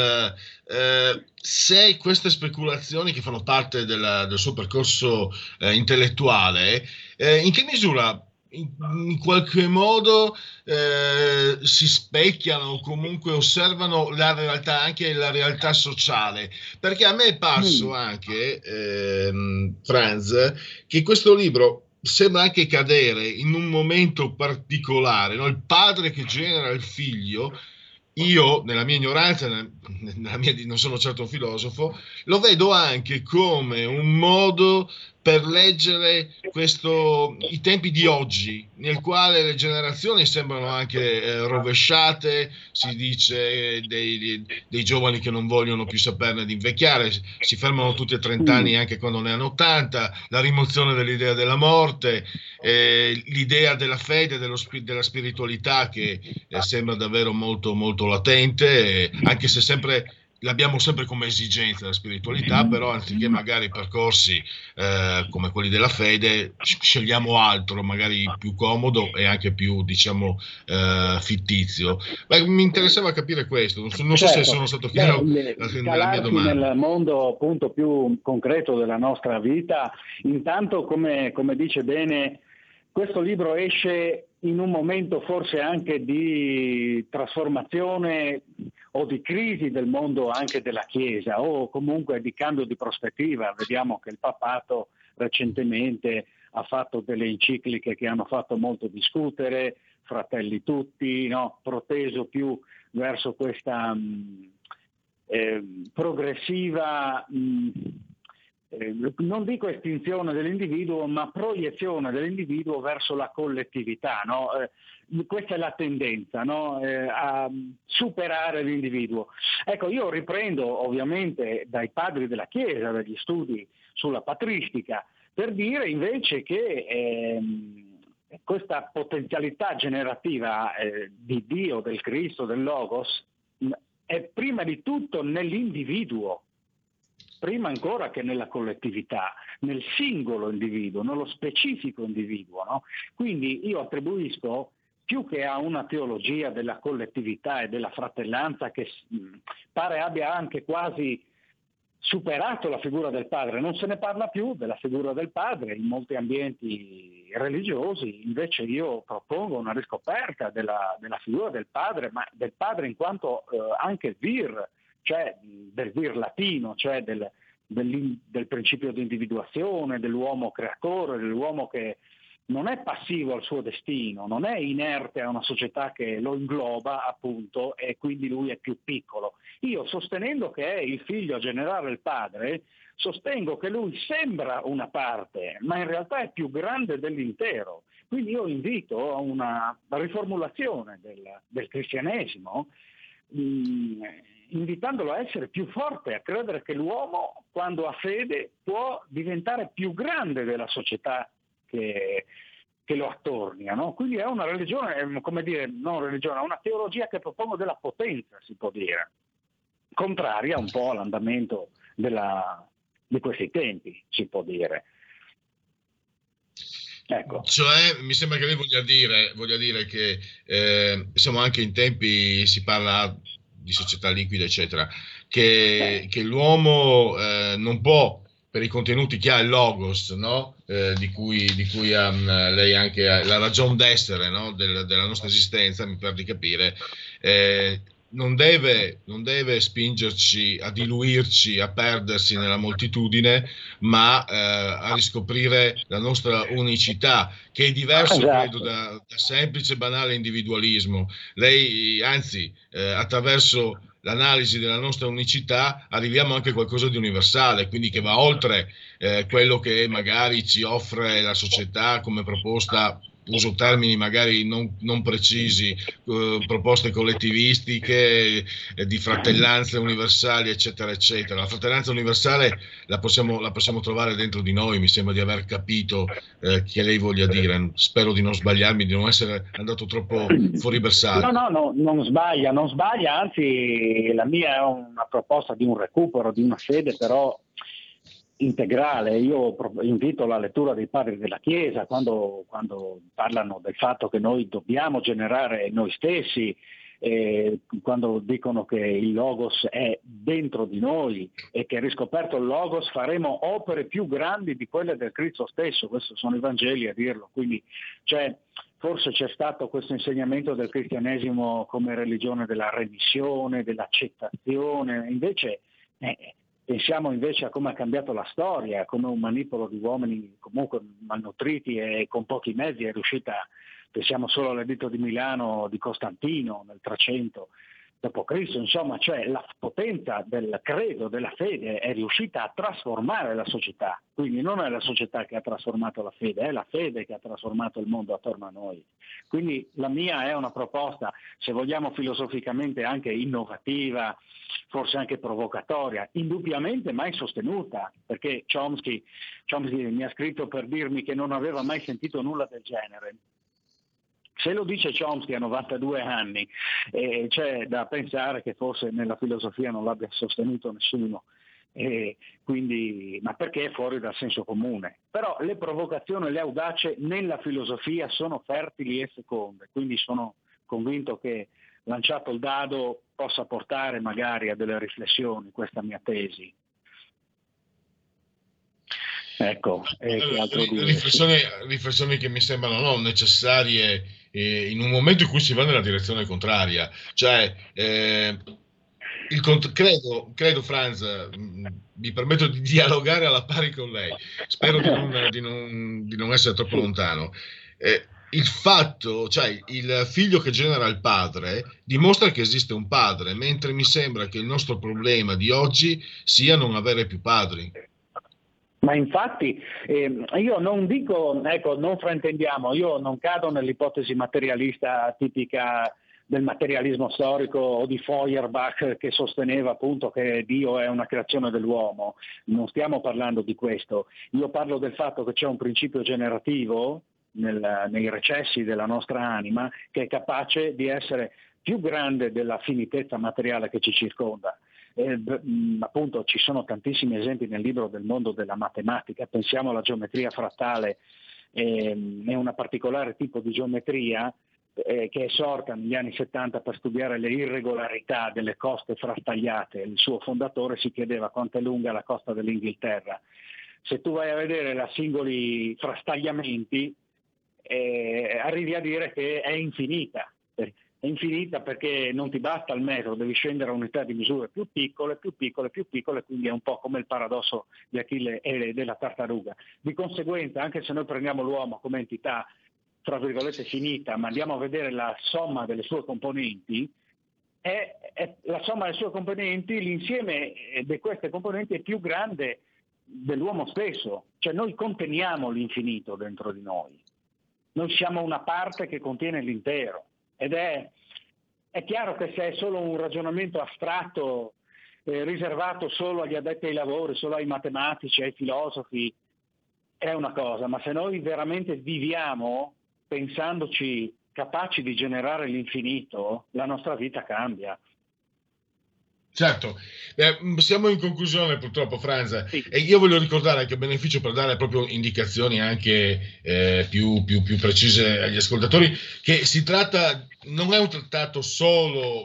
se queste speculazioni che fanno parte del suo percorso intellettuale, in che misura in qualche modo si specchiano o comunque osservano la realtà, anche la realtà sociale, perché a me è parso anche, Franz, che questo libro sembra anche cadere in un momento particolare, no? Il padre che genera il figlio. Io, nella mia ignoranza, non sono certo un filosofo, lo vedo anche come un modo per leggere i tempi di oggi, nel quale le generazioni sembrano anche rovesciate, si dice dei giovani che non vogliono più saperne di invecchiare, si fermano tutti a 30 anni anche quando ne hanno 80, la rimozione dell'idea della morte, l'idea della fede, della spiritualità che sembra davvero molto, molto latente, anche se l'abbiamo sempre come esigenza la spiritualità, però anziché magari percorsi come quelli della fede, scegliamo altro, magari più comodo e anche più, diciamo, fittizio. Beh, mi interessava capire questo, non so se sono stato chiaro nella mia domanda. Nel mondo appunto più concreto della nostra vita, intanto come dice bene, questo libro esce in un momento forse anche di trasformazione o di crisi del mondo anche della Chiesa, o comunque di cambio di prospettiva. Vediamo che il papato recentemente ha fatto delle encicliche che hanno fatto molto discutere, Fratelli Tutti, no? Proteso più verso questa progressiva, non dico estinzione dell'individuo, ma proiezione dell'individuo verso la collettività, no? Questa è la tendenza, no? A superare l'individuo. Ecco, io riprendo ovviamente dai padri della Chiesa, dagli studi sulla patristica, per dire invece che questa potenzialità generativa di Dio, del Cristo, del Logos, è prima di tutto nell'individuo, prima ancora che nella collettività, nel singolo individuo, nello specifico individuo, no? Quindi io attribuisco, più che a una teologia della collettività e della fratellanza che pare abbia anche quasi superato la figura del padre, non se ne parla più della figura del padre in molti ambienti religiosi, invece io propongo una riscoperta della figura del padre, ma del padre in quanto anche vir, cioè del vir latino, cioè del principio di individuazione, dell'uomo creatore, dell'uomo che non è passivo al suo destino, non è inerte a una società che lo ingloba appunto e quindi lui è più piccolo. Io, sostenendo che è il figlio a generare il padre, sostengo che lui sembra una parte, ma in realtà è più grande dell'intero. Quindi io invito a una riformulazione del cristianesimo, invitandolo a essere più forte, a credere che l'uomo, quando ha fede, può diventare più grande della società che lo attornia, no? Quindi è una religione, come dire, non religione, è una teologia che propongo della potenza, si può dire, contraria un po' all'andamento di questi tempi, si può dire. Ecco. Cioè, mi sembra che lei voglia dire che siamo anche in tempi, si parla di società liquida, eccetera, che l'uomo non può, per i contenuti che ha il Logos, no? Di cui lei anche ha la ragion d'essere, no? della nostra esistenza, mi pare di capire, non deve spingerci a diluirci, a perdersi nella moltitudine, ma a riscoprire la nostra unicità, che è diverso, credo, da semplice banale individualismo. Lei, anzi, attraverso l'analisi della nostra unicità arriviamo anche a qualcosa di universale, quindi che va oltre quello che magari ci offre la società come proposta, uso termini magari non precisi, proposte collettivistiche, di fratellanze universali, eccetera, eccetera. La fratellanza universale la possiamo trovare dentro di noi, mi sembra di aver capito che lei voglia dire. Spero di non sbagliarmi, di non essere andato troppo fuori bersaglio. No, non sbaglia, anzi la mia è una proposta di un recupero, di una fede però integrale. Io invito alla lettura dei padri della Chiesa quando parlano del fatto che noi dobbiamo generare noi stessi, quando dicono che il Logos è dentro di noi e che riscoperto il Logos faremo opere più grandi di quelle del Cristo stesso. Questi sono i Vangeli a dirlo, quindi forse c'è stato questo insegnamento del cristianesimo come religione della remissione, dell'accettazione, invece pensiamo invece a come ha cambiato la storia, come un manipolo di uomini comunque malnutriti e con pochi mezzi è riuscita, pensiamo solo all'editto di Milano di Costantino nel 300, d.C., insomma, cioè la potenza del credo, della fede è riuscita a trasformare la società, quindi non è la società che ha trasformato la fede, è la fede che ha trasformato il mondo attorno a noi. Quindi la mia è una proposta, se vogliamo filosoficamente anche innovativa, forse anche provocatoria, indubbiamente mai sostenuta, perché Chomsky mi ha scritto per dirmi che non aveva mai sentito nulla del genere. Se lo dice Chomsky a 92 anni, c'è da pensare che forse nella filosofia non l'abbia sostenuto nessuno, quindi, ma perché è fuori dal senso comune. Però le provocazioni e le audace nella filosofia sono fertili e feconde, quindi sono convinto che lanciato il dado possa portare magari a delle riflessioni questa mia tesi. Ecco, riflessioni che mi sembrano necessarie in un momento in cui si va nella direzione contraria. Cioè, credo Franz, mi permetto di dialogare alla pari con lei, spero di non essere troppo lontano. Il fatto, cioè il figlio che genera il padre, dimostra che esiste un padre, mentre mi sembra che il nostro problema di oggi sia non avere più padri. Ma infatti io non dico, ecco, non fraintendiamo, io non cado nell'ipotesi materialista tipica del materialismo storico o di Feuerbach che sosteneva appunto che Dio è una creazione dell'uomo. Non stiamo parlando di questo, io parlo del fatto che c'è un principio generativo nei recessi della nostra anima che è capace di essere più grande della finitezza materiale che ci circonda. Appunto ci sono tantissimi esempi nel libro del mondo della matematica, pensiamo alla geometria frattale, è una particolare tipo di geometria che è sorta negli anni 70 per studiare le irregolarità delle coste frastagliate. Il suo fondatore si chiedeva quanto è lunga la costa dell'Inghilterra. Se tu vai a vedere i singoli frastagliamenti arrivi a dire che è infinita. È infinita perché non ti basta il metro, devi scendere a unità di misure più piccole, quindi è un po' come il paradosso di Achille e della tartaruga. Di conseguenza, anche se noi prendiamo l'uomo come entità, tra virgolette, finita, ma andiamo a vedere la somma delle sue componenti, la somma delle sue componenti, l'insieme di queste componenti è più grande dell'uomo stesso, cioè noi conteniamo l'infinito dentro di noi, noi siamo una parte che contiene l'intero. Ed è chiaro che se è solo un ragionamento astratto, riservato solo agli addetti ai lavori, solo ai matematici, ai filosofi, è una cosa, ma se noi veramente viviamo pensandoci capaci di generare l'infinito, la nostra vita cambia. Certo, siamo in conclusione purtroppo, Franz, sì. E io voglio ricordare anche a beneficio, per dare proprio indicazioni anche più precise agli ascoltatori, che si tratta, non è un trattato solo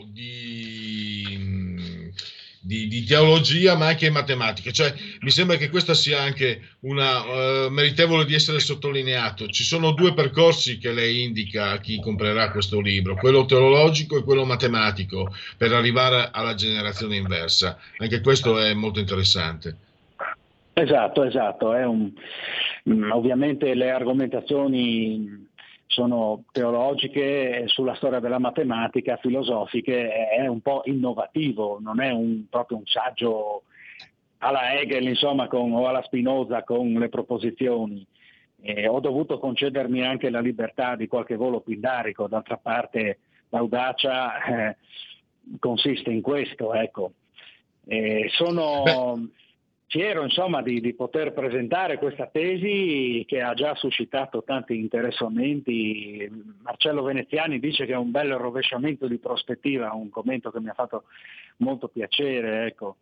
di teologia, ma anche matematica, cioè mi sembra che questa sia anche una meritevole di essere sottolineato. Ci sono due percorsi che lei indica a chi comprerà questo libro, quello teologico e quello matematico, per arrivare alla generazione inversa. Anche questo è molto interessante. Esatto, ovviamente le argomentazioni sono teologiche, sulla storia della matematica, filosofiche, è un po' innovativo, non è proprio un saggio alla Hegel, insomma, o alla Spinoza con le proposizioni. Ho dovuto concedermi anche la libertà di qualche volo pindarico, d'altra parte l'audacia consiste in questo, ecco. Sono fiero, insomma, di poter presentare questa tesi che ha già suscitato tanti interessamenti. Marcello Veneziani dice che è un bel rovesciamento di prospettiva, un commento che mi ha fatto molto piacere, ecco.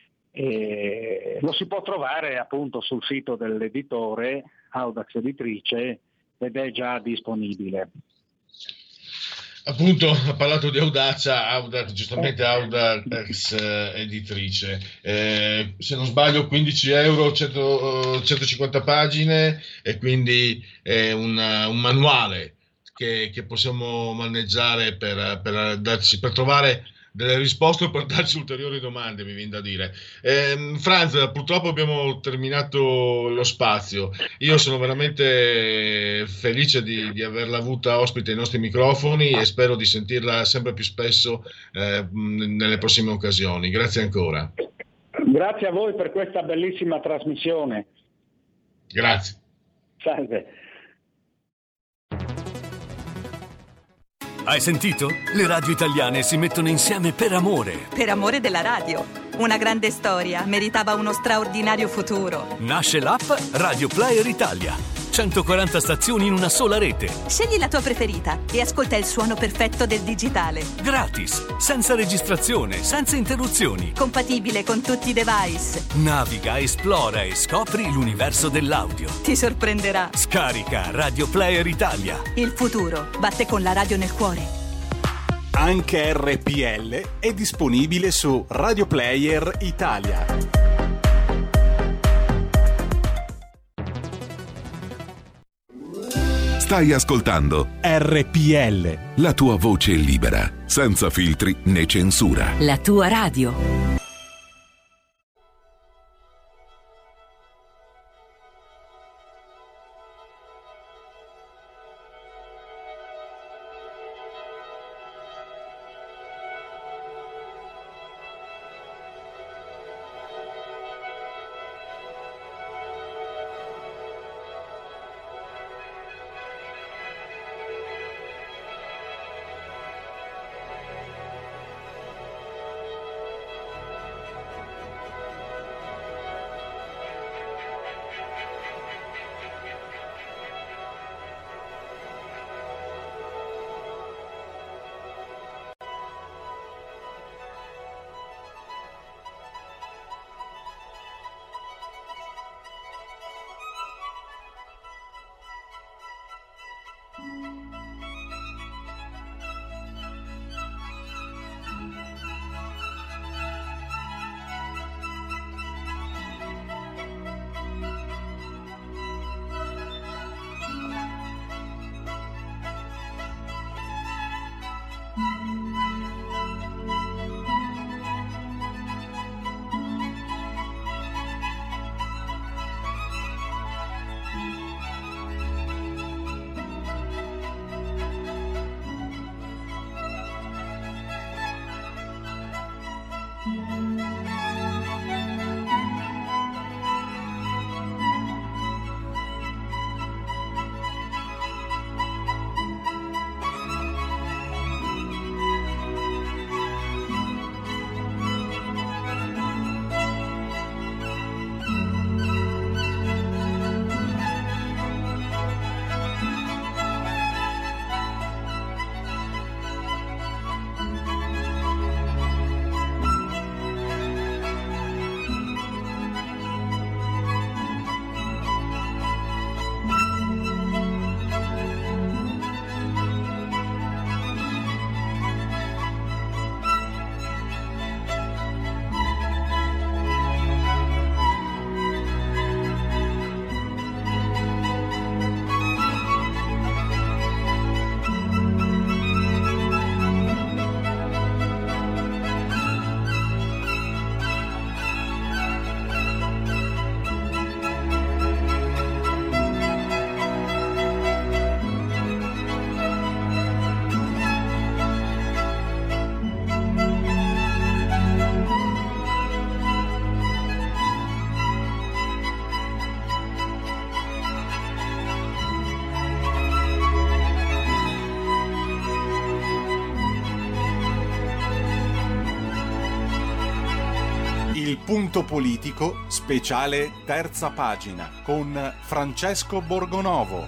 Lo si può trovare appunto sul sito dell'editore Audax Editrice ed è già disponibile. Appunto, ha parlato di audacia, giustamente Audax Editrice, se non sbaglio 15 euro, 150 pagine, e quindi è un manuale che possiamo maneggiare per trovare delle risposte per darci ulteriori domande, mi viene da dire. Franz, purtroppo abbiamo terminato lo spazio. Io sono veramente felice di averla avuta ospite ai nostri microfoni e spero di sentirla sempre più spesso nelle prossime occasioni. Grazie ancora. Grazie a voi per questa bellissima trasmissione. Grazie. Salve. Hai sentito? Le radio italiane si mettono insieme per amore. Per amore della radio. Una grande storia meritava uno straordinario futuro. Nasce l'app Radio Player Italia. 140 stazioni in una sola rete. Scegli la tua preferita e ascolta il suono perfetto del digitale. Gratis, senza registrazione, senza interruzioni. Compatibile con tutti i device. Naviga, esplora e scopri l'universo dell'audio. Ti sorprenderà. Scarica Radio Player Italia. Il futuro batte con la radio nel cuore. Anche RPL è disponibile su Radio Player Italia. Stai ascoltando RPL, la tua voce libera, senza filtri né censura. La tua radio. Il punto politico, speciale terza pagina, con Francesco Borgonovo.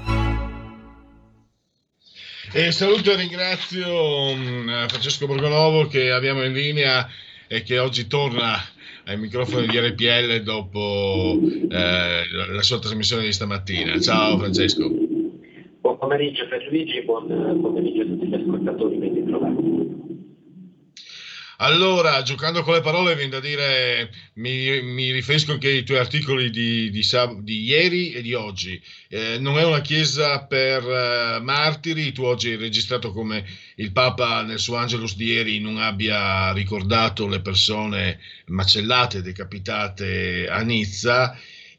E saluto e ringrazio Francesco Borgonovo, che abbiamo in linea e che oggi torna ai microfoni di RPL dopo la sua trasmissione di stamattina. Ciao Francesco. Buon pomeriggio per Luigi, buon pomeriggio a tutti gli ascoltatori, ben ritrovati. Allora, giocando con le parole, viene da dire, mi riferisco anche ai tuoi articoli di ieri e di oggi. Non è una chiesa per martiri. Tu oggi hai registrato come il Papa nel suo Angelus di ieri non abbia ricordato le persone macellate, decapitate a Nizza,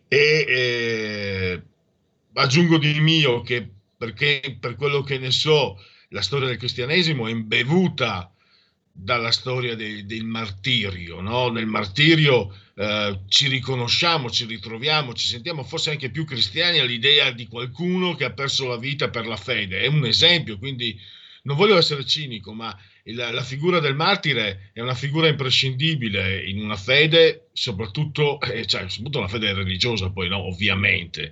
e aggiungo di mio che, perché per quello che ne so, la storia del cristianesimo è imbevuta dalla storia del martirio, no? Nel martirio ci riconosciamo, ci ritroviamo, ci sentiamo forse anche più cristiani all'idea di qualcuno che ha perso la vita per la fede. È un esempio, quindi non voglio essere cinico, ma la figura del martire è una figura imprescindibile in una fede, soprattutto una fede religiosa, poi no, ovviamente.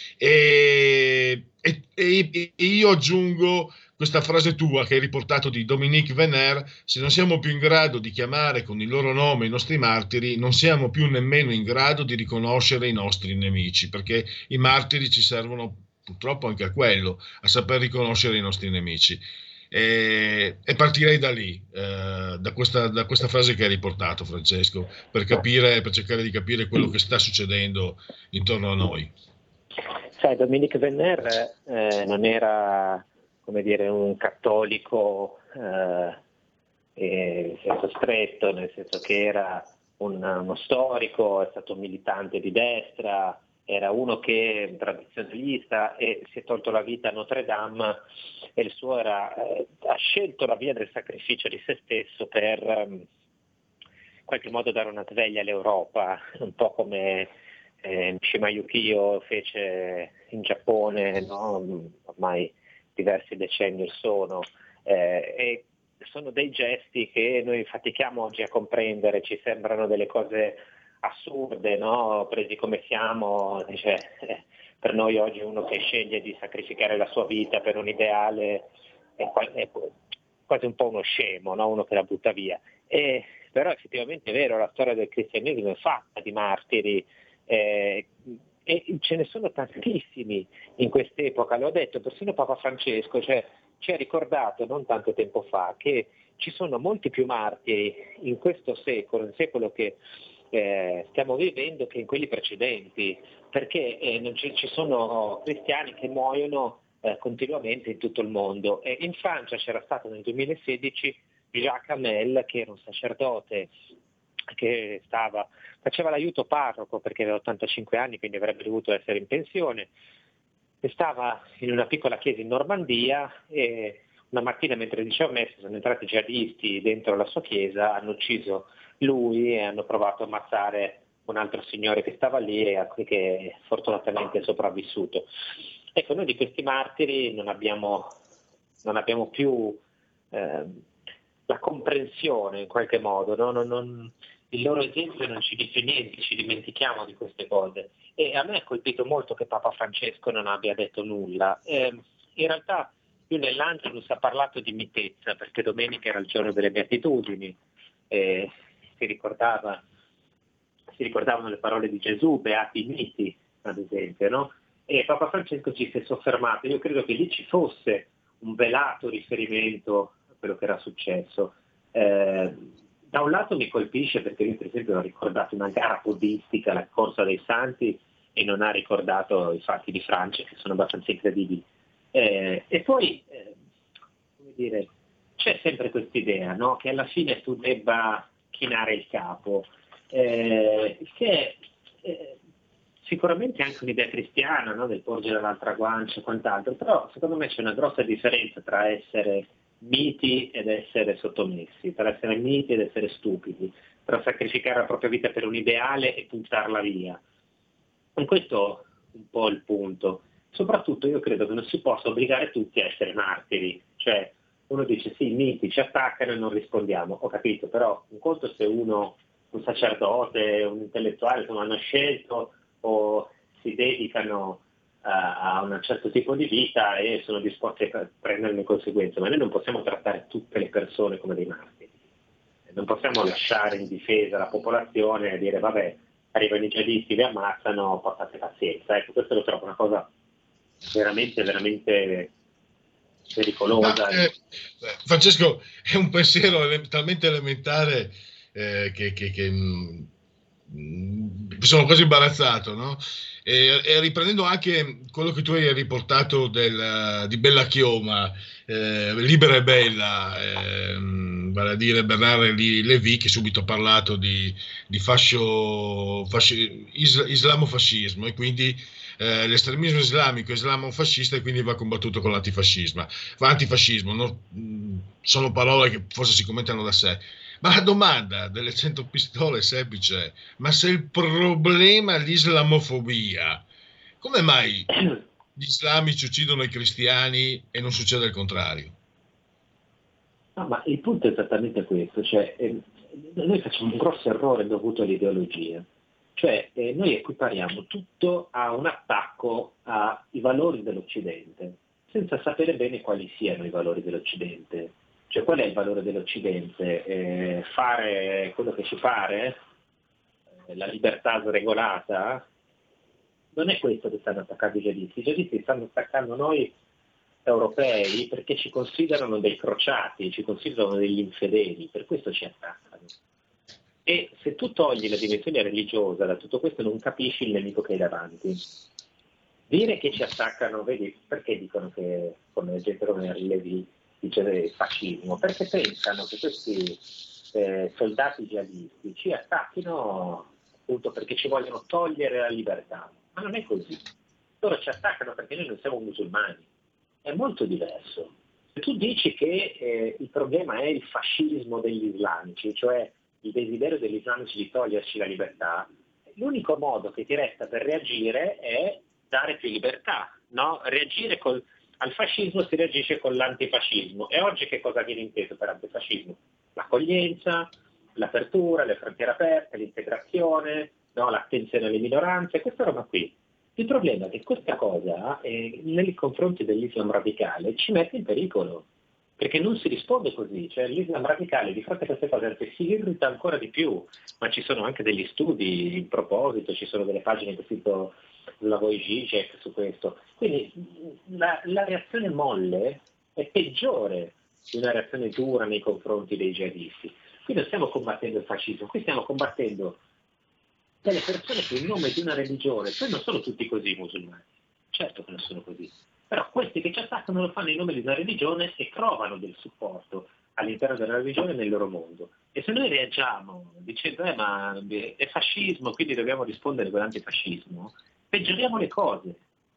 E io aggiungo questa frase tua che hai riportato di Dominique Venner: se non siamo più in grado di chiamare con il loro nome i nostri martiri, non siamo più nemmeno in grado di riconoscere i nostri nemici, perché i martiri ci servono purtroppo anche a quello, a saper riconoscere i nostri nemici. E partirei da lì, da questa frase che hai riportato, Francesco, per cercare di capire quello che sta succedendo intorno a noi. Sai, Dominique Venner non era, come dire, un cattolico in senso stretto, nel senso che era uno storico, è stato un militante di destra, era uno che è tradizionalista e si è tolto la vita a Notre Dame, e il suo era ha scelto la via del sacrificio di se stesso per in qualche modo dare una sveglia all'Europa, un po' come Mishima Yukio fece in Giappone, no? Ormai diversi decenni or sono, e sono dei gesti che noi fatichiamo oggi a comprendere, ci sembrano delle cose assurde, no? Presi come siamo, per noi oggi uno che sceglie di sacrificare la sua vita per un ideale è quasi un po' uno scemo, no? Uno che la butta via. Però effettivamente è vero, la storia del cristianesimo è fatta di martiri, e ce ne sono tantissimi in quest'epoca. L'ho detto, persino Papa Francesco ci ha ricordato non tanto tempo fa che ci sono molti più martiri in questo secolo, il secolo che stiamo vivendo, che in quelli precedenti, perché ci sono cristiani che muoiono continuamente in tutto il mondo. In Francia c'era stato nel 2016 Jacques Hamel, che era un sacerdote che faceva l'aiuto parroco perché aveva 85 anni, quindi avrebbe dovuto essere in pensione, e stava in una piccola chiesa in Normandia, e una mattina mentre diceva messa sono entrati jihadisti dentro la sua chiesa, hanno ucciso lui e hanno provato a ammazzare un altro signore che stava lì e che fortunatamente è sopravvissuto. Ecco, noi di questi martiri non abbiamo più la comprensione in qualche modo, no? Il loro esempio non ci dice niente, ci dimentichiamo di queste cose. E a me ha colpito molto che Papa Francesco non abbia detto nulla. In realtà io nell'Angelus ha parlato di mitezza, perché domenica era il giorno delle beatitudini, si ricordavano le parole di Gesù, beati i miti, ad esempio, no? E Papa Francesco ci si è soffermato. Io credo che lì ci fosse un velato riferimento a quello che era successo. Da un lato mi colpisce perché io per esempio ho ricordato una gara podistica, la corsa dei santi, e non ha ricordato i fatti di Francia, che sono abbastanza incredibili. E poi, come dire, c'è sempre quest'idea, no? Che alla fine tu debba chinare il capo, che sicuramente è anche un'idea cristiana, no? Del porgere l'altra guancia e quant'altro, però secondo me c'è una grossa differenza tra essere miti ed essere sottomessi, tra essere miti ed essere stupidi, tra sacrificare la propria vita per un ideale e puntarla via. E questo è un po' il punto. Soprattutto io credo che non si possa obbligare tutti a essere martiri, cioè uno dice sì, i miti ci attaccano e non rispondiamo, ho capito, però un conto se un sacerdote, un intellettuale, insomma, hanno scelto o si dedicano a un certo tipo di vita e sono disposti a prendere le conseguenze, ma noi non possiamo trattare tutte le persone come dei martiri, non possiamo lasciare in difesa la popolazione e dire vabbè, arrivano i jihadisti, li ammazzano, portate pazienza. Ecco, questo lo trovo una cosa veramente, veramente pericolosa. Francesco, è un pensiero talmente elementare che sono quasi imbarazzato, no? E riprendendo anche quello che tu hai riportato di Bella Chioma, Libera e Bella, vale a dire Bernard Lévy, che subito ha parlato di islamofascismo, e quindi l'estremismo islamico è islamofascista, e quindi va combattuto con l'antifascismo. Sono parole che forse si commentano da sé. Ma la domanda delle 100 pistole è semplice: ma se il problema è l'islamofobia, come mai gli islamici uccidono i cristiani e non succede il contrario? No, ma il punto è esattamente questo, cioè noi facciamo un grosso errore dovuto all'ideologia, cioè noi equipariamo tutto a un attacco ai valori dell'Occidente, senza sapere bene quali siano i valori dell'Occidente. Cioè, qual è il valore dell'Occidente? Fare quello che ci pare? La libertà sregolata? Non è questo che stanno attaccando i jihadisti. I jihadisti stanno attaccando noi europei perché ci considerano dei crociati, ci considerano degli infedeli, per questo ci attaccano. E se tu togli la dimensione religiosa da tutto questo, non capisci il nemico che hai davanti. Dire che ci attaccano, vedi, perché dicono che, come gente come Lévy dice fascismo? Perché pensano che questi soldati jihadisti ci attacchino appunto perché ci vogliono togliere la libertà, ma non è così. Loro ci attaccano perché noi non siamo musulmani, è molto diverso. Se tu dici che il problema è il fascismo degli islamici, cioè il desiderio degli islamici di toglierci la libertà, l'unico modo che ti resta per reagire è dare più libertà, no? Reagire al fascismo si reagisce con l'antifascismo. E oggi che cosa viene inteso per antifascismo? L'accoglienza, l'apertura, le frontiere aperte, l'integrazione, no? L'attenzione alle minoranze, questa roba qui. Il problema è che questa cosa, nei confronti dell'Islam radicale, ci mette in pericolo, perché non si risponde così. Cioè l'Islam radicale di fronte a queste cose si irrita ancora di più, ma ci sono anche degli studi in proposito, ci sono delle pagine che cito la Wojcicek su questo. Quindi la reazione molle è peggiore di una reazione dura nei confronti dei jihadisti. Qui non stiamo combattendo il fascismo, qui stiamo combattendo delle persone che in nome di una religione, poi non sono tutti così musulmani, certo che non sono così, però questi che ci attaccano lo fanno in nome di una religione e trovano del supporto all'interno della religione nel loro mondo. E se noi reagiamo dicendo ma è fascismo, quindi dobbiamo rispondere con l'antifascismo, peggioriamo le cose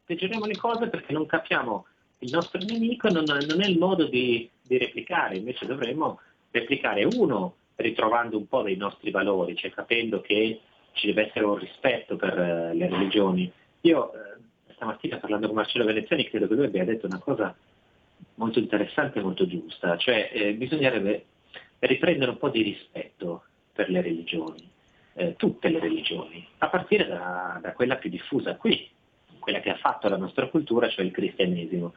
perché non capiamo il nostro nemico, non è il modo di replicare. Invece dovremmo replicare, uno, ritrovando un po' dei nostri valori, cioè capendo che ci deve essere un rispetto per le religioni. Io stamattina parlando con Marcello Veneziani credo che lui abbia detto una cosa molto interessante e molto giusta, cioè bisognerebbe riprendere un po' di rispetto per le religioni, tutte le religioni, a partire da quella più diffusa qui, quella che ha fatto la nostra cultura, cioè il cristianesimo.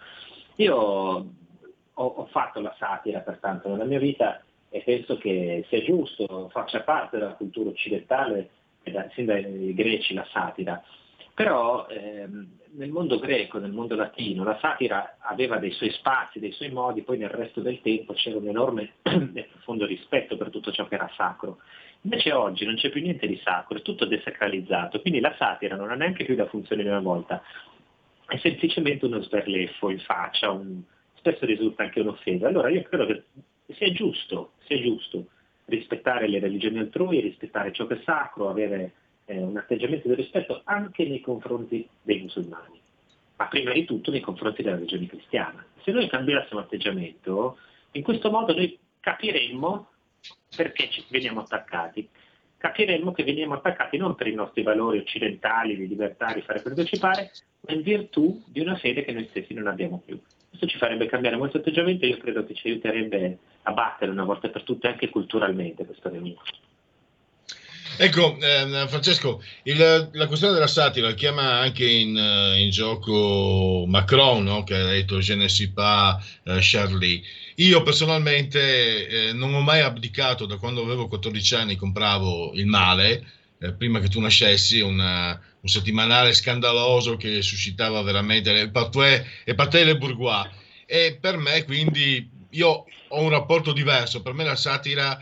Io ho fatto la satira pertanto nella mia vita e penso che sia giusto, faccia parte della cultura occidentale, sin dai greci la satira. Però nel mondo greco, nel mondo latino, la satira aveva dei suoi spazi, dei suoi modi, poi nel resto del tempo c'era un enorme e profondo rispetto per tutto ciò che era sacro. Invece oggi non c'è più niente di sacro, è tutto desacralizzato, quindi la satira non ha neanche più la funzione di una volta, è semplicemente uno sberleffo in faccia, spesso risulta anche un'offesa. Allora io credo che sia giusto rispettare le religioni altrui, rispettare ciò che è sacro, avere un atteggiamento di rispetto anche nei confronti dei musulmani, ma prima di tutto nei confronti della religione cristiana. Se noi cambiassimo atteggiamento, in questo modo noi capiremmo perché veniamo attaccati. Capiremmo che veniamo attaccati non per i nostri valori occidentali di libertà, di fare quello che ci pare, ma in virtù di una fede che noi stessi non abbiamo più. Questo ci farebbe cambiare molto atteggiamento e io credo che ci aiuterebbe a battere una volta per tutte anche culturalmente questo nemico. Ecco, Francesco, la questione della satira chiama anche in gioco Macron, no? Che ha detto je ne suis pas Charlie. Io personalmente non ho mai abdicato, da quando avevo 14 anni compravo Il Male, prima che tu nascessi, un settimanale scandaloso che suscitava veramente le Partois et le Bourgeois. E per me, quindi, io ho un rapporto diverso. Per me la satira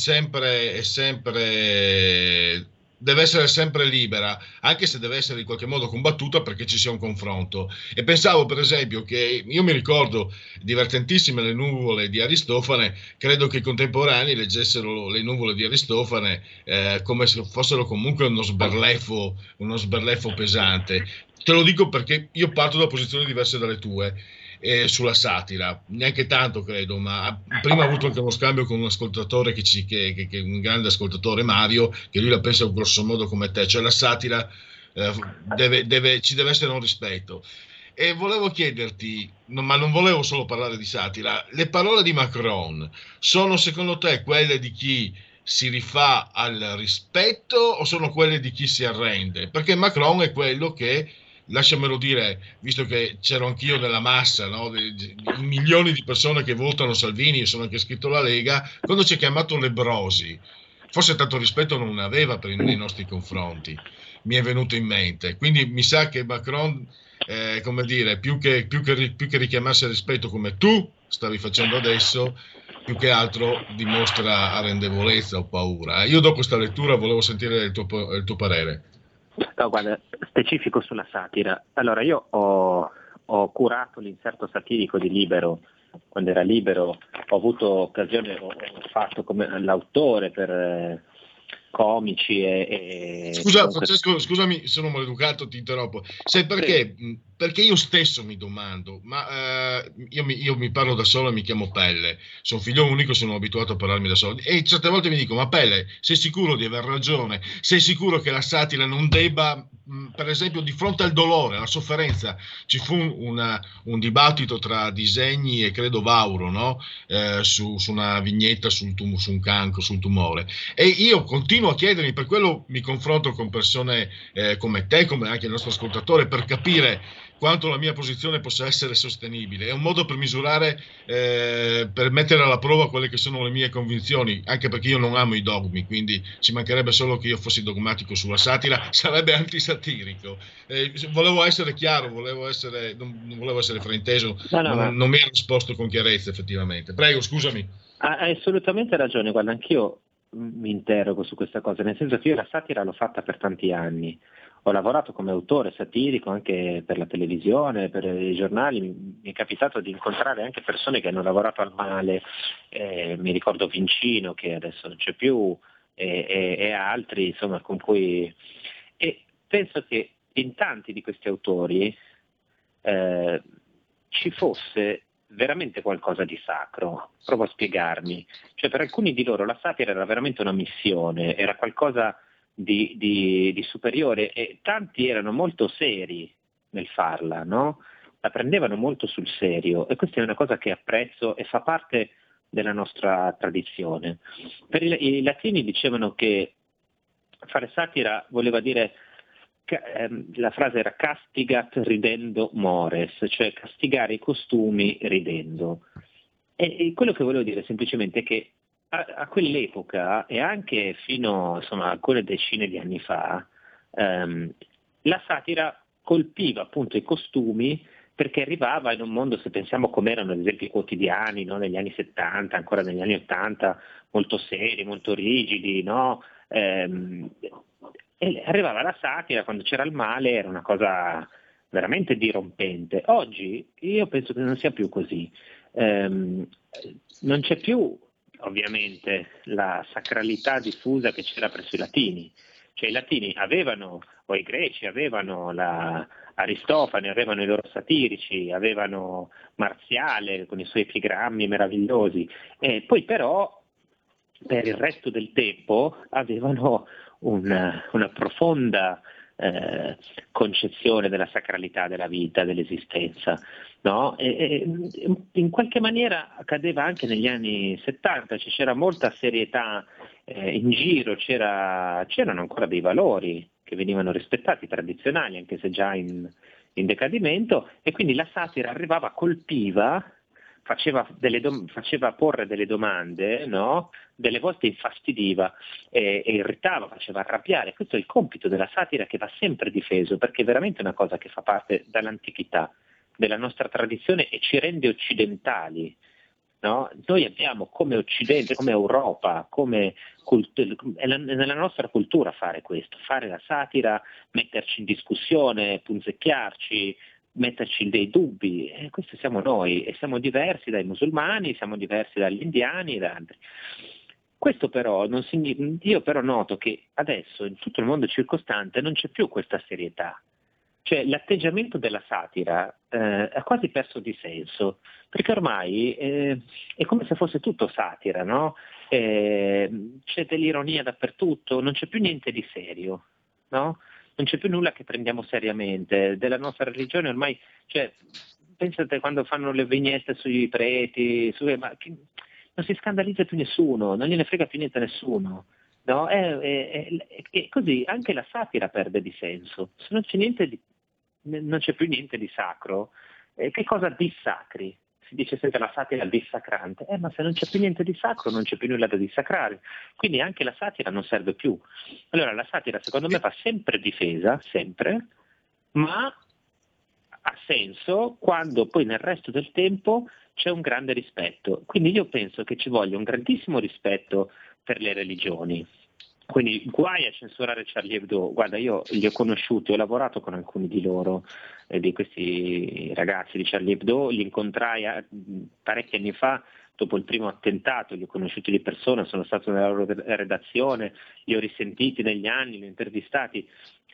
deve essere sempre libera, anche se deve essere in qualche modo combattuta perché ci sia un confronto. E pensavo, per esempio, che io mi ricordo divertentissime le nuvole di Aristofane, credo che i contemporanei leggessero le nuvole di Aristofane come se fossero comunque uno sberleffo pesante. Te lo dico perché io parto da posizioni diverse dalle tue. Sulla satira, neanche tanto credo, ma prima ho avuto anche uno scambio con un ascoltatore che un grande ascoltatore, Mario, che lui la pensa grosso modo come te, cioè la satira ci deve essere un rispetto. E volevo chiederti, ma non volevo solo parlare di satira, le parole di Macron sono secondo te quelle di chi si rifà al rispetto o sono quelle di chi si arrende? Perché Macron è quello che, lasciamelo dire, visto che c'ero anch'io nella massa, no? I milioni di persone che votano Salvini e sono anche iscritto alla Lega, quando ci ha chiamato lebbrosi, forse tanto rispetto non ne aveva nei nostri confronti, mi è venuto in mente. Quindi mi sa che Macron, come dire, più che richiamarsi al rispetto come tu stavi facendo adesso, più che altro dimostra arrendevolezza o paura. Io dopo questa lettura volevo sentire il tuo parere. No, guarda, specifico sulla satira. Allora, io ho curato l'inserto satirico di Libero, quando era Libero, ho avuto occasione, ho fatto come l'autore per comici e Scusa, comunque... Francesco, scusami, sono maleducato, ti interrompo. Sai perché? Sì. Perché io stesso mi domando, ma io mi parlo da solo e mi chiamo Pelle, sono figlio unico, sono abituato a parlarmi da solo e certe volte mi dico, ma Pelle, sei sicuro di aver ragione? Sei sicuro che la satira non debba, per esempio, di fronte al dolore, alla sofferenza? Ci fu un dibattito tra Disegni e credo Vauro, no? Su una vignetta su un cancro, sul tumore, e io continuo a chiedermi, per quello mi confronto con persone come te, come anche il nostro ascoltatore, per capire quanto la mia posizione possa essere sostenibile. È un modo per misurare, per mettere alla prova quelle che sono le mie convinzioni, anche perché io non amo i dogmi, quindi ci mancherebbe solo che io fossi dogmatico sulla satira, sarebbe antisatirico. Volevo essere chiaro, non volevo essere frainteso, non mi ero risposto con chiarezza effettivamente. Prego, scusami. Hai assolutamente ragione, guarda, anch'io mi interrogo su questa cosa, nel senso che io la satira l'ho fatta per tanti anni. Ho lavorato come autore satirico anche per la televisione, per i giornali, mi è capitato di incontrare anche persone che hanno lavorato al male, mi ricordo Vincino che adesso non c'è più, e altri insomma con cui... E penso che in tanti di questi autori ci fosse veramente qualcosa di sacro. Provo a spiegarmi. Cioè, per alcuni di loro la satira era veramente una missione, era qualcosa di superiore, e tanti erano molto seri nel farla, no? La prendevano molto sul serio, e questa è una cosa che apprezzo e fa parte della nostra tradizione. I latini dicevano che fare satira voleva dire, la frase era castigat ridendo mores, cioè castigare i costumi ridendo. E quello che volevo dire semplicemente è che a quell'epoca, e anche fino insomma, a alcune decine di anni fa, la satira colpiva appunto i costumi, perché arrivava in un mondo, se pensiamo come erano ad esempio i quotidiani, no, negli anni 70, ancora negli anni 80, molto seri, molto rigidi, no? E arrivava la satira, quando c'era il male era una cosa veramente dirompente. Oggi io penso che non sia più così, non c'è più ovviamente la sacralità diffusa che c'era presso i latini, cioè i latini avevano, o i greci avevano Aristofane, avevano i loro satirici, avevano Marziale con i suoi epigrammi meravigliosi, e poi però per il resto del tempo avevano una profonda concezione della sacralità della vita, dell'esistenza, no? E in qualche maniera accadeva anche negli anni 70, c'era molta serietà in giro, c'erano ancora dei valori che venivano rispettati, tradizionali, anche se già in decadimento, e quindi la satira arrivava, colpiva, faceva porre delle domande, no? Delle volte infastidiva e irritava, faceva arrabbiare. Questo è il compito della satira, che va sempre difeso, perché è veramente una cosa che fa parte dall'antichità. della nostra tradizione e ci rende occidentali. No? Noi abbiamo come Occidente, come Europa, è nella nostra cultura fare questo, fare la satira, metterci in discussione, punzecchiarci, metterci dei dubbi, e questo siamo noi, e siamo diversi dai musulmani, siamo diversi dagli indiani e da altri. Questo però io però noto che adesso in tutto il mondo circostante non c'è più questa serietà. Cioè l'atteggiamento della satira ha quasi perso di senso, perché ormai è come se fosse tutto satira, no? C'è dell'ironia dappertutto, non c'è più niente di serio, no? Non c'è più nulla che prendiamo seriamente. Della nostra religione ormai, cioè, pensate quando fanno le vignette sui preti, non si scandalizza più nessuno, non gliene frega più niente a nessuno. No? E così anche la satira perde di senso. Se non c'è più niente di sacro, che cosa dissacri? Si dice sempre la satira è dissacrante, ma se non c'è più niente di sacro non c'è più nulla da dissacrare, quindi anche la satira non serve più. Allora la satira secondo me va sempre difesa, sempre, ma ha senso quando poi nel resto del tempo c'è un grande rispetto. Quindi io penso che ci voglia un grandissimo rispetto per le religioni. Quindi guai a censurare Charlie Hebdo. Guarda, io li ho conosciuti, ho lavorato con alcuni di loro, di questi ragazzi di Charlie Hebdo, li incontrai parecchi anni fa, dopo il primo attentato, li ho conosciuti di persona, sono stato nella loro redazione, li ho risentiti negli anni, li ho intervistati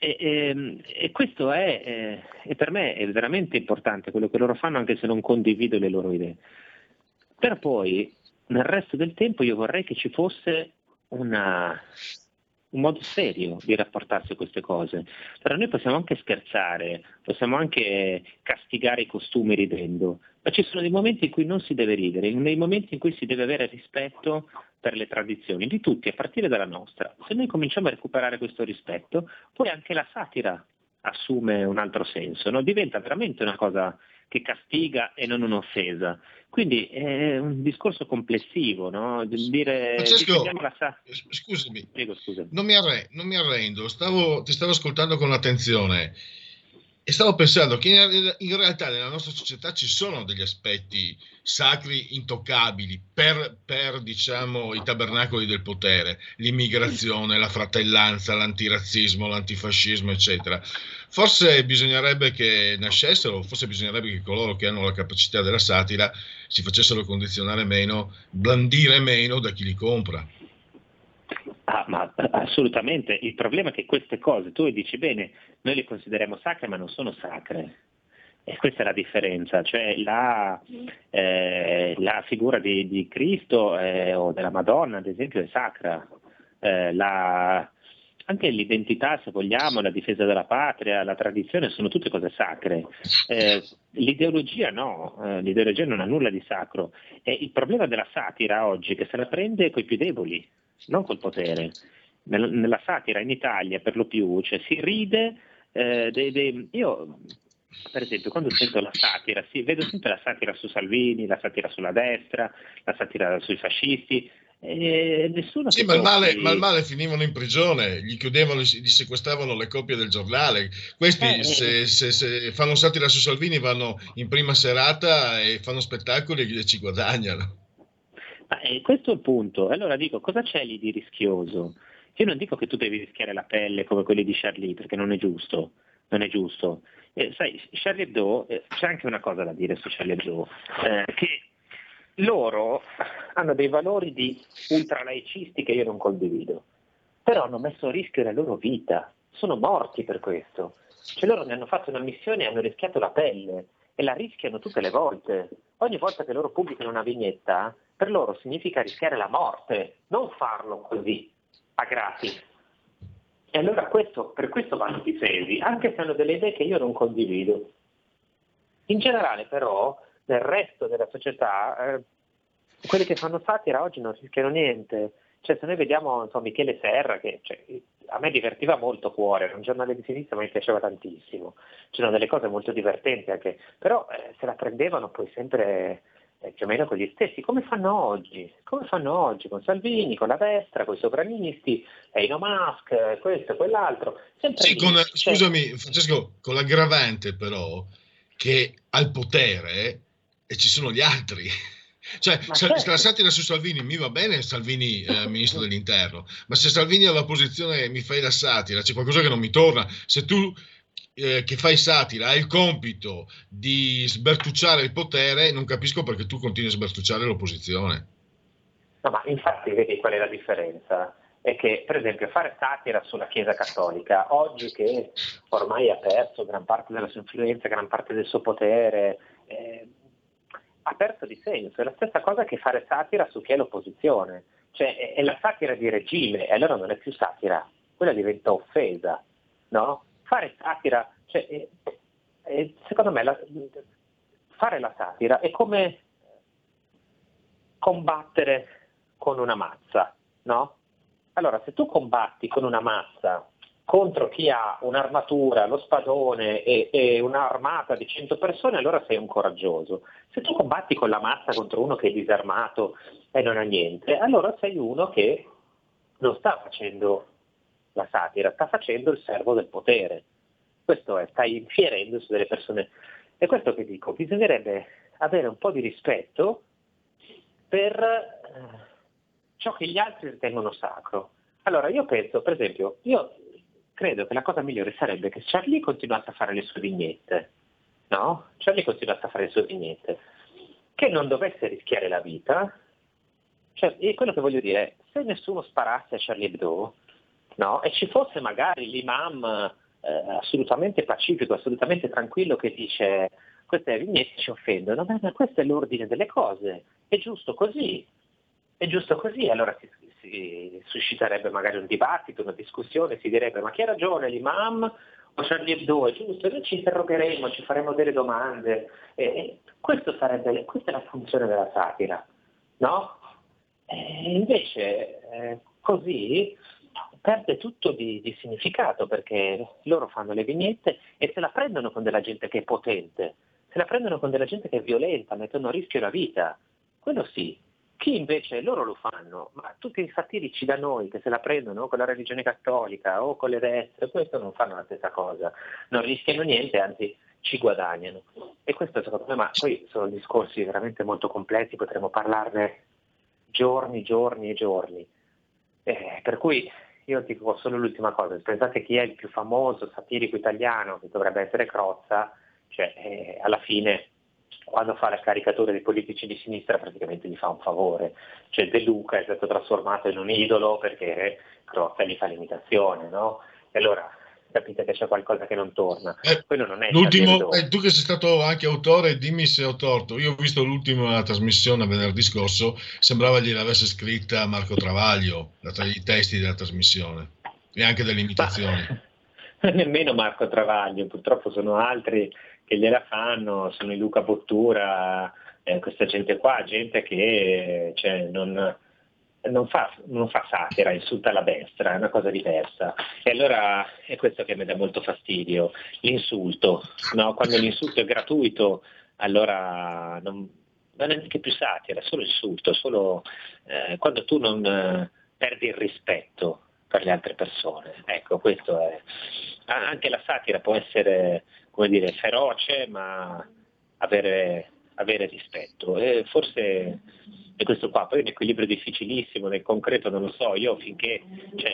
e questo è per me è veramente importante quello che loro fanno, anche se non condivido le loro idee. Però poi nel resto del tempo io vorrei che ci fosse un modo serio di rapportarsi a queste cose. Però noi possiamo anche scherzare, possiamo anche castigare i costumi ridendo, ma ci sono dei momenti in cui non si deve ridere, nei momenti in cui si deve avere rispetto per le tradizioni di tutti, a partire dalla nostra. Se noi cominciamo a recuperare questo rispetto, poi anche la satira assume un altro senso, no? Diventa veramente una cosa che castiga e non un'offesa. Quindi è un discorso complessivo, no? Dire, Francesco, scusami, non mi arrendo, ti stavo ascoltando con attenzione e stavo pensando che in realtà nella nostra società ci sono degli aspetti sacri intoccabili per diciamo i tabernacoli del potere, l'immigrazione, la fratellanza, l'antirazzismo, l'antifascismo, eccetera. Forse bisognerebbe che nascessero, forse bisognerebbe che coloro che hanno la capacità della satira si facessero condizionare meno, blandire meno da chi li compra. Ma assolutamente. Il problema è che queste cose, tu dici bene, noi le consideriamo sacre, ma non sono sacre. E questa è la differenza, cioè la figura di Cristo o della Madonna, ad esempio, è sacra. Anche l'identità, se vogliamo, la difesa della patria, la tradizione sono tutte cose sacre. L'ideologia no, l'ideologia non ha nulla di sacro. E il problema della satira oggi è che se la prende coi più deboli, non col potere. Nella satira in Italia per lo più, cioè, si ride io per esempio quando sento la satira, vedo sempre la satira su Salvini, la satira sulla destra, la satira sui fascisti. Nessuno sì, ma il male finivano in prigione, gli chiudevano, gli sequestravano le copie del giornale. Questi se fanno satira su Salvini vanno in prima serata e fanno spettacoli e ci guadagnano. Questo è il punto. Allora dico, cosa c'è lì di rischioso? Io non dico che tu devi rischiare la pelle come quelli di Charlie, perché non è giusto. Sai, Charlie Hebdo, c'è anche una cosa da dire su Charlie Hebdo, che loro hanno dei valori di ultralaicisti che io non condivido, però hanno messo a rischio la loro vita, sono morti per questo. Cioè loro ne hanno fatto una missione e hanno rischiato la pelle e la rischiano tutte le volte. Ogni volta che loro pubblicano una vignetta, per loro significa rischiare la morte, non farlo così, a gratis. E allora per questo vanno difesi, anche se hanno delle idee che io non condivido. In generale però, nel resto della società, quelli che fanno satira oggi non rischiano niente. Cioè se noi vediamo Michele Serra, che a me divertiva molto Cuore, era un giornale di sinistra ma mi piaceva tantissimo, c'erano delle cose molto divertenti anche, però se la prendevano poi sempre più o meno con gli stessi, come fanno oggi con Salvini, con la destra, con i sovranisti, i no mask, questo e quell'altro. Sì, scusami Francesco, con l'aggravante però che al potere e ci sono gli altri. Cioè, se la satira su Salvini mi va bene, Salvini ministro dell'interno, ma se Salvini all'opposizione mi fai la satira, c'è qualcosa che non mi torna. Se tu che fai satira hai il compito di sbertucciare il potere, non capisco perché tu continui a sbertucciare l'opposizione. No, ma infatti vedi qual è la differenza? È che, per esempio, fare satira sulla Chiesa Cattolica, oggi che ormai ha perso gran parte della sua influenza, gran parte del suo potere, ha perso di senso. È la stessa cosa che fare satira su chi è l'opposizione. Cioè, è la satira di regime, e allora non è più satira, quella diventa offesa, no? Fare satira, cioè, secondo me, fare la satira è come combattere con una mazza, no? Allora, se tu combatti con una mazza contro chi ha un'armatura, lo spadone e un'armata di 100 persone, allora sei un coraggioso. Se tu combatti con la mazza contro uno che è disarmato e non ha niente, allora sei uno che non sta facendo la satira, sta facendo il servo del potere. Questo è, stai infierendo su delle persone. E questo che dico, bisognerebbe avere un po' di rispetto per ciò che gli altri ritengono sacro. Allora io penso, per esempio, io credo che la cosa migliore sarebbe che Charlie continuasse a fare le sue vignette, no? Charlie continuasse a fare le sue vignette, che non dovesse rischiare la vita. Cioè, quello che voglio dire è, se nessuno sparasse a Charlie Hebdo, no? E ci fosse magari l'imam assolutamente pacifico, assolutamente tranquillo, che dice queste vignette ci offendono, ma questo è l'ordine delle cose, è giusto così, allora si susciterebbe magari un dibattito, una discussione, si direbbe ma chi ha ragione, l'imam o Charlie Hebdo, è giusto, noi ci interrogheremo, ci faremo delle domande, questa è la funzione della satira, no? Invece così perde tutto di significato, perché loro fanno le vignette e se la prendono con della gente che è potente, se la prendono con della gente che è violenta, mettono a rischio la vita, quello sì. Chi invece loro lo fanno, ma tutti i satirici da noi che se la prendono con la religione cattolica o con le destre, questo non fanno la stessa cosa, non rischiano niente, anzi ci guadagnano. E questo secondo me, ma poi sono discorsi veramente molto complessi, potremmo parlarne giorni e giorni. Per cui io dico solo l'ultima cosa, pensate chi è il più famoso satirico italiano, che dovrebbe essere Crozza, cioè alla fine quando fa la caricatura dei politici di sinistra praticamente gli fa un favore, cioè De Luca è stato trasformato in un idolo perché Crozza gli fa l'imitazione, no? E allora capite che c'è qualcosa che non torna. Quello non è l'ultimo, tu che sei stato anche autore, dimmi se ho torto. Io ho visto l'ultima trasmissione venerdì scorso, sembrava gliel'avesse scritta Marco Travaglio, i testi della trasmissione e anche delle imitazioni. Nemmeno Marco Travaglio, purtroppo sono altri che gliela fanno, sono i Luca Bottura, questa gente qua, gente che non fa satira, insulta la destra, è una cosa diversa. E allora è questo che mi dà molto fastidio, l'insulto, no? Quando l'insulto è gratuito, allora non è neanche più satira, è solo insulto, solo quando tu non perdi il rispetto per le altre persone. Ecco, questo è. Anche la satira può essere, come dire, feroce, ma avere rispetto. E forse è questo qua. Poi è un equilibrio difficilissimo, nel concreto non lo so, io finché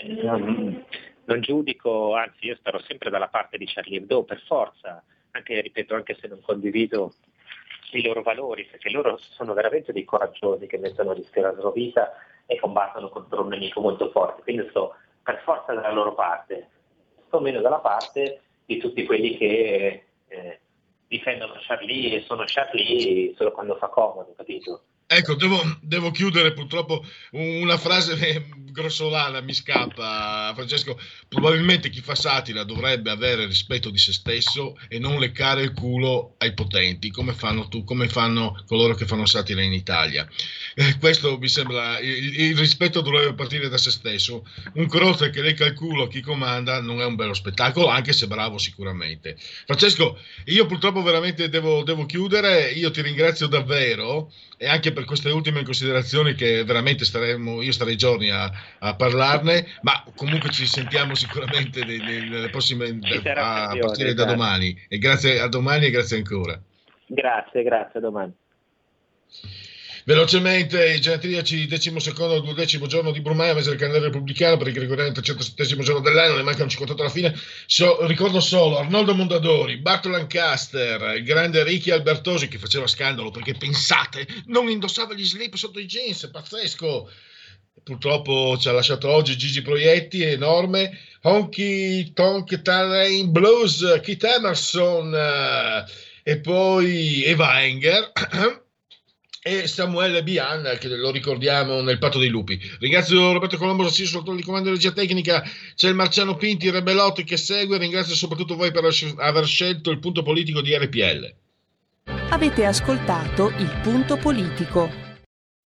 non giudico, anzi io starò sempre dalla parte di Charlie Hebdo, per forza, anche se non condivido i loro valori, perché loro sono veramente dei coraggiosi che mettono a rischio la loro vita e combattono contro un nemico molto forte, quindi sto per forza dalla loro parte, sto meno dalla parte di tutti quelli che difendono Charlie e sono Charlie solo quando fa comodo, capito? Ecco, devo chiudere purtroppo una frase grossolana, mi scappa, Francesco. Probabilmente chi fa satira dovrebbe avere rispetto di se stesso e non leccare il culo ai potenti, come fanno coloro che fanno satira in Italia. Questo mi sembra, il rispetto dovrebbe partire da se stesso. Un Crozza che lecca il culo a chi comanda non è un bello spettacolo, anche se bravo sicuramente. Francesco, io purtroppo veramente devo chiudere, io ti ringrazio davvero, e anche per queste ultime considerazioni che veramente io starei giorni a parlarne, ma comunque ci sentiamo sicuramente nelle prossime a partire da domani. E grazie a domani e grazie ancora. Grazie, a domani. Velocemente, i genetriaci 12° 12° giorno di Brumaia, mese del calendario repubblicano, per i gregoriani 307° giorno dell'anno, ne mancano 58 alla fine. Ricordo solo Arnoldo Mondadori, Burt Lancaster, il grande Ricky Albertosi, che faceva scandalo perché, pensate, non indossava gli slip sotto i jeans, pazzesco. Purtroppo ci ha lasciato oggi Gigi Proietti, enorme. Honky Tonk Terrain Blues, Keith Emerson, e poi Eva Enger e Samuele Bian, che lo ricordiamo nel Patto dei Lupi. Ringrazio Roberto Colombo, assiso sul comando di regia tecnica, c'è il Marciano Pinti, Rebellotti che segue. Ringrazio soprattutto voi per aver scelto il punto politico di RPL. Avete ascoltato il punto politico.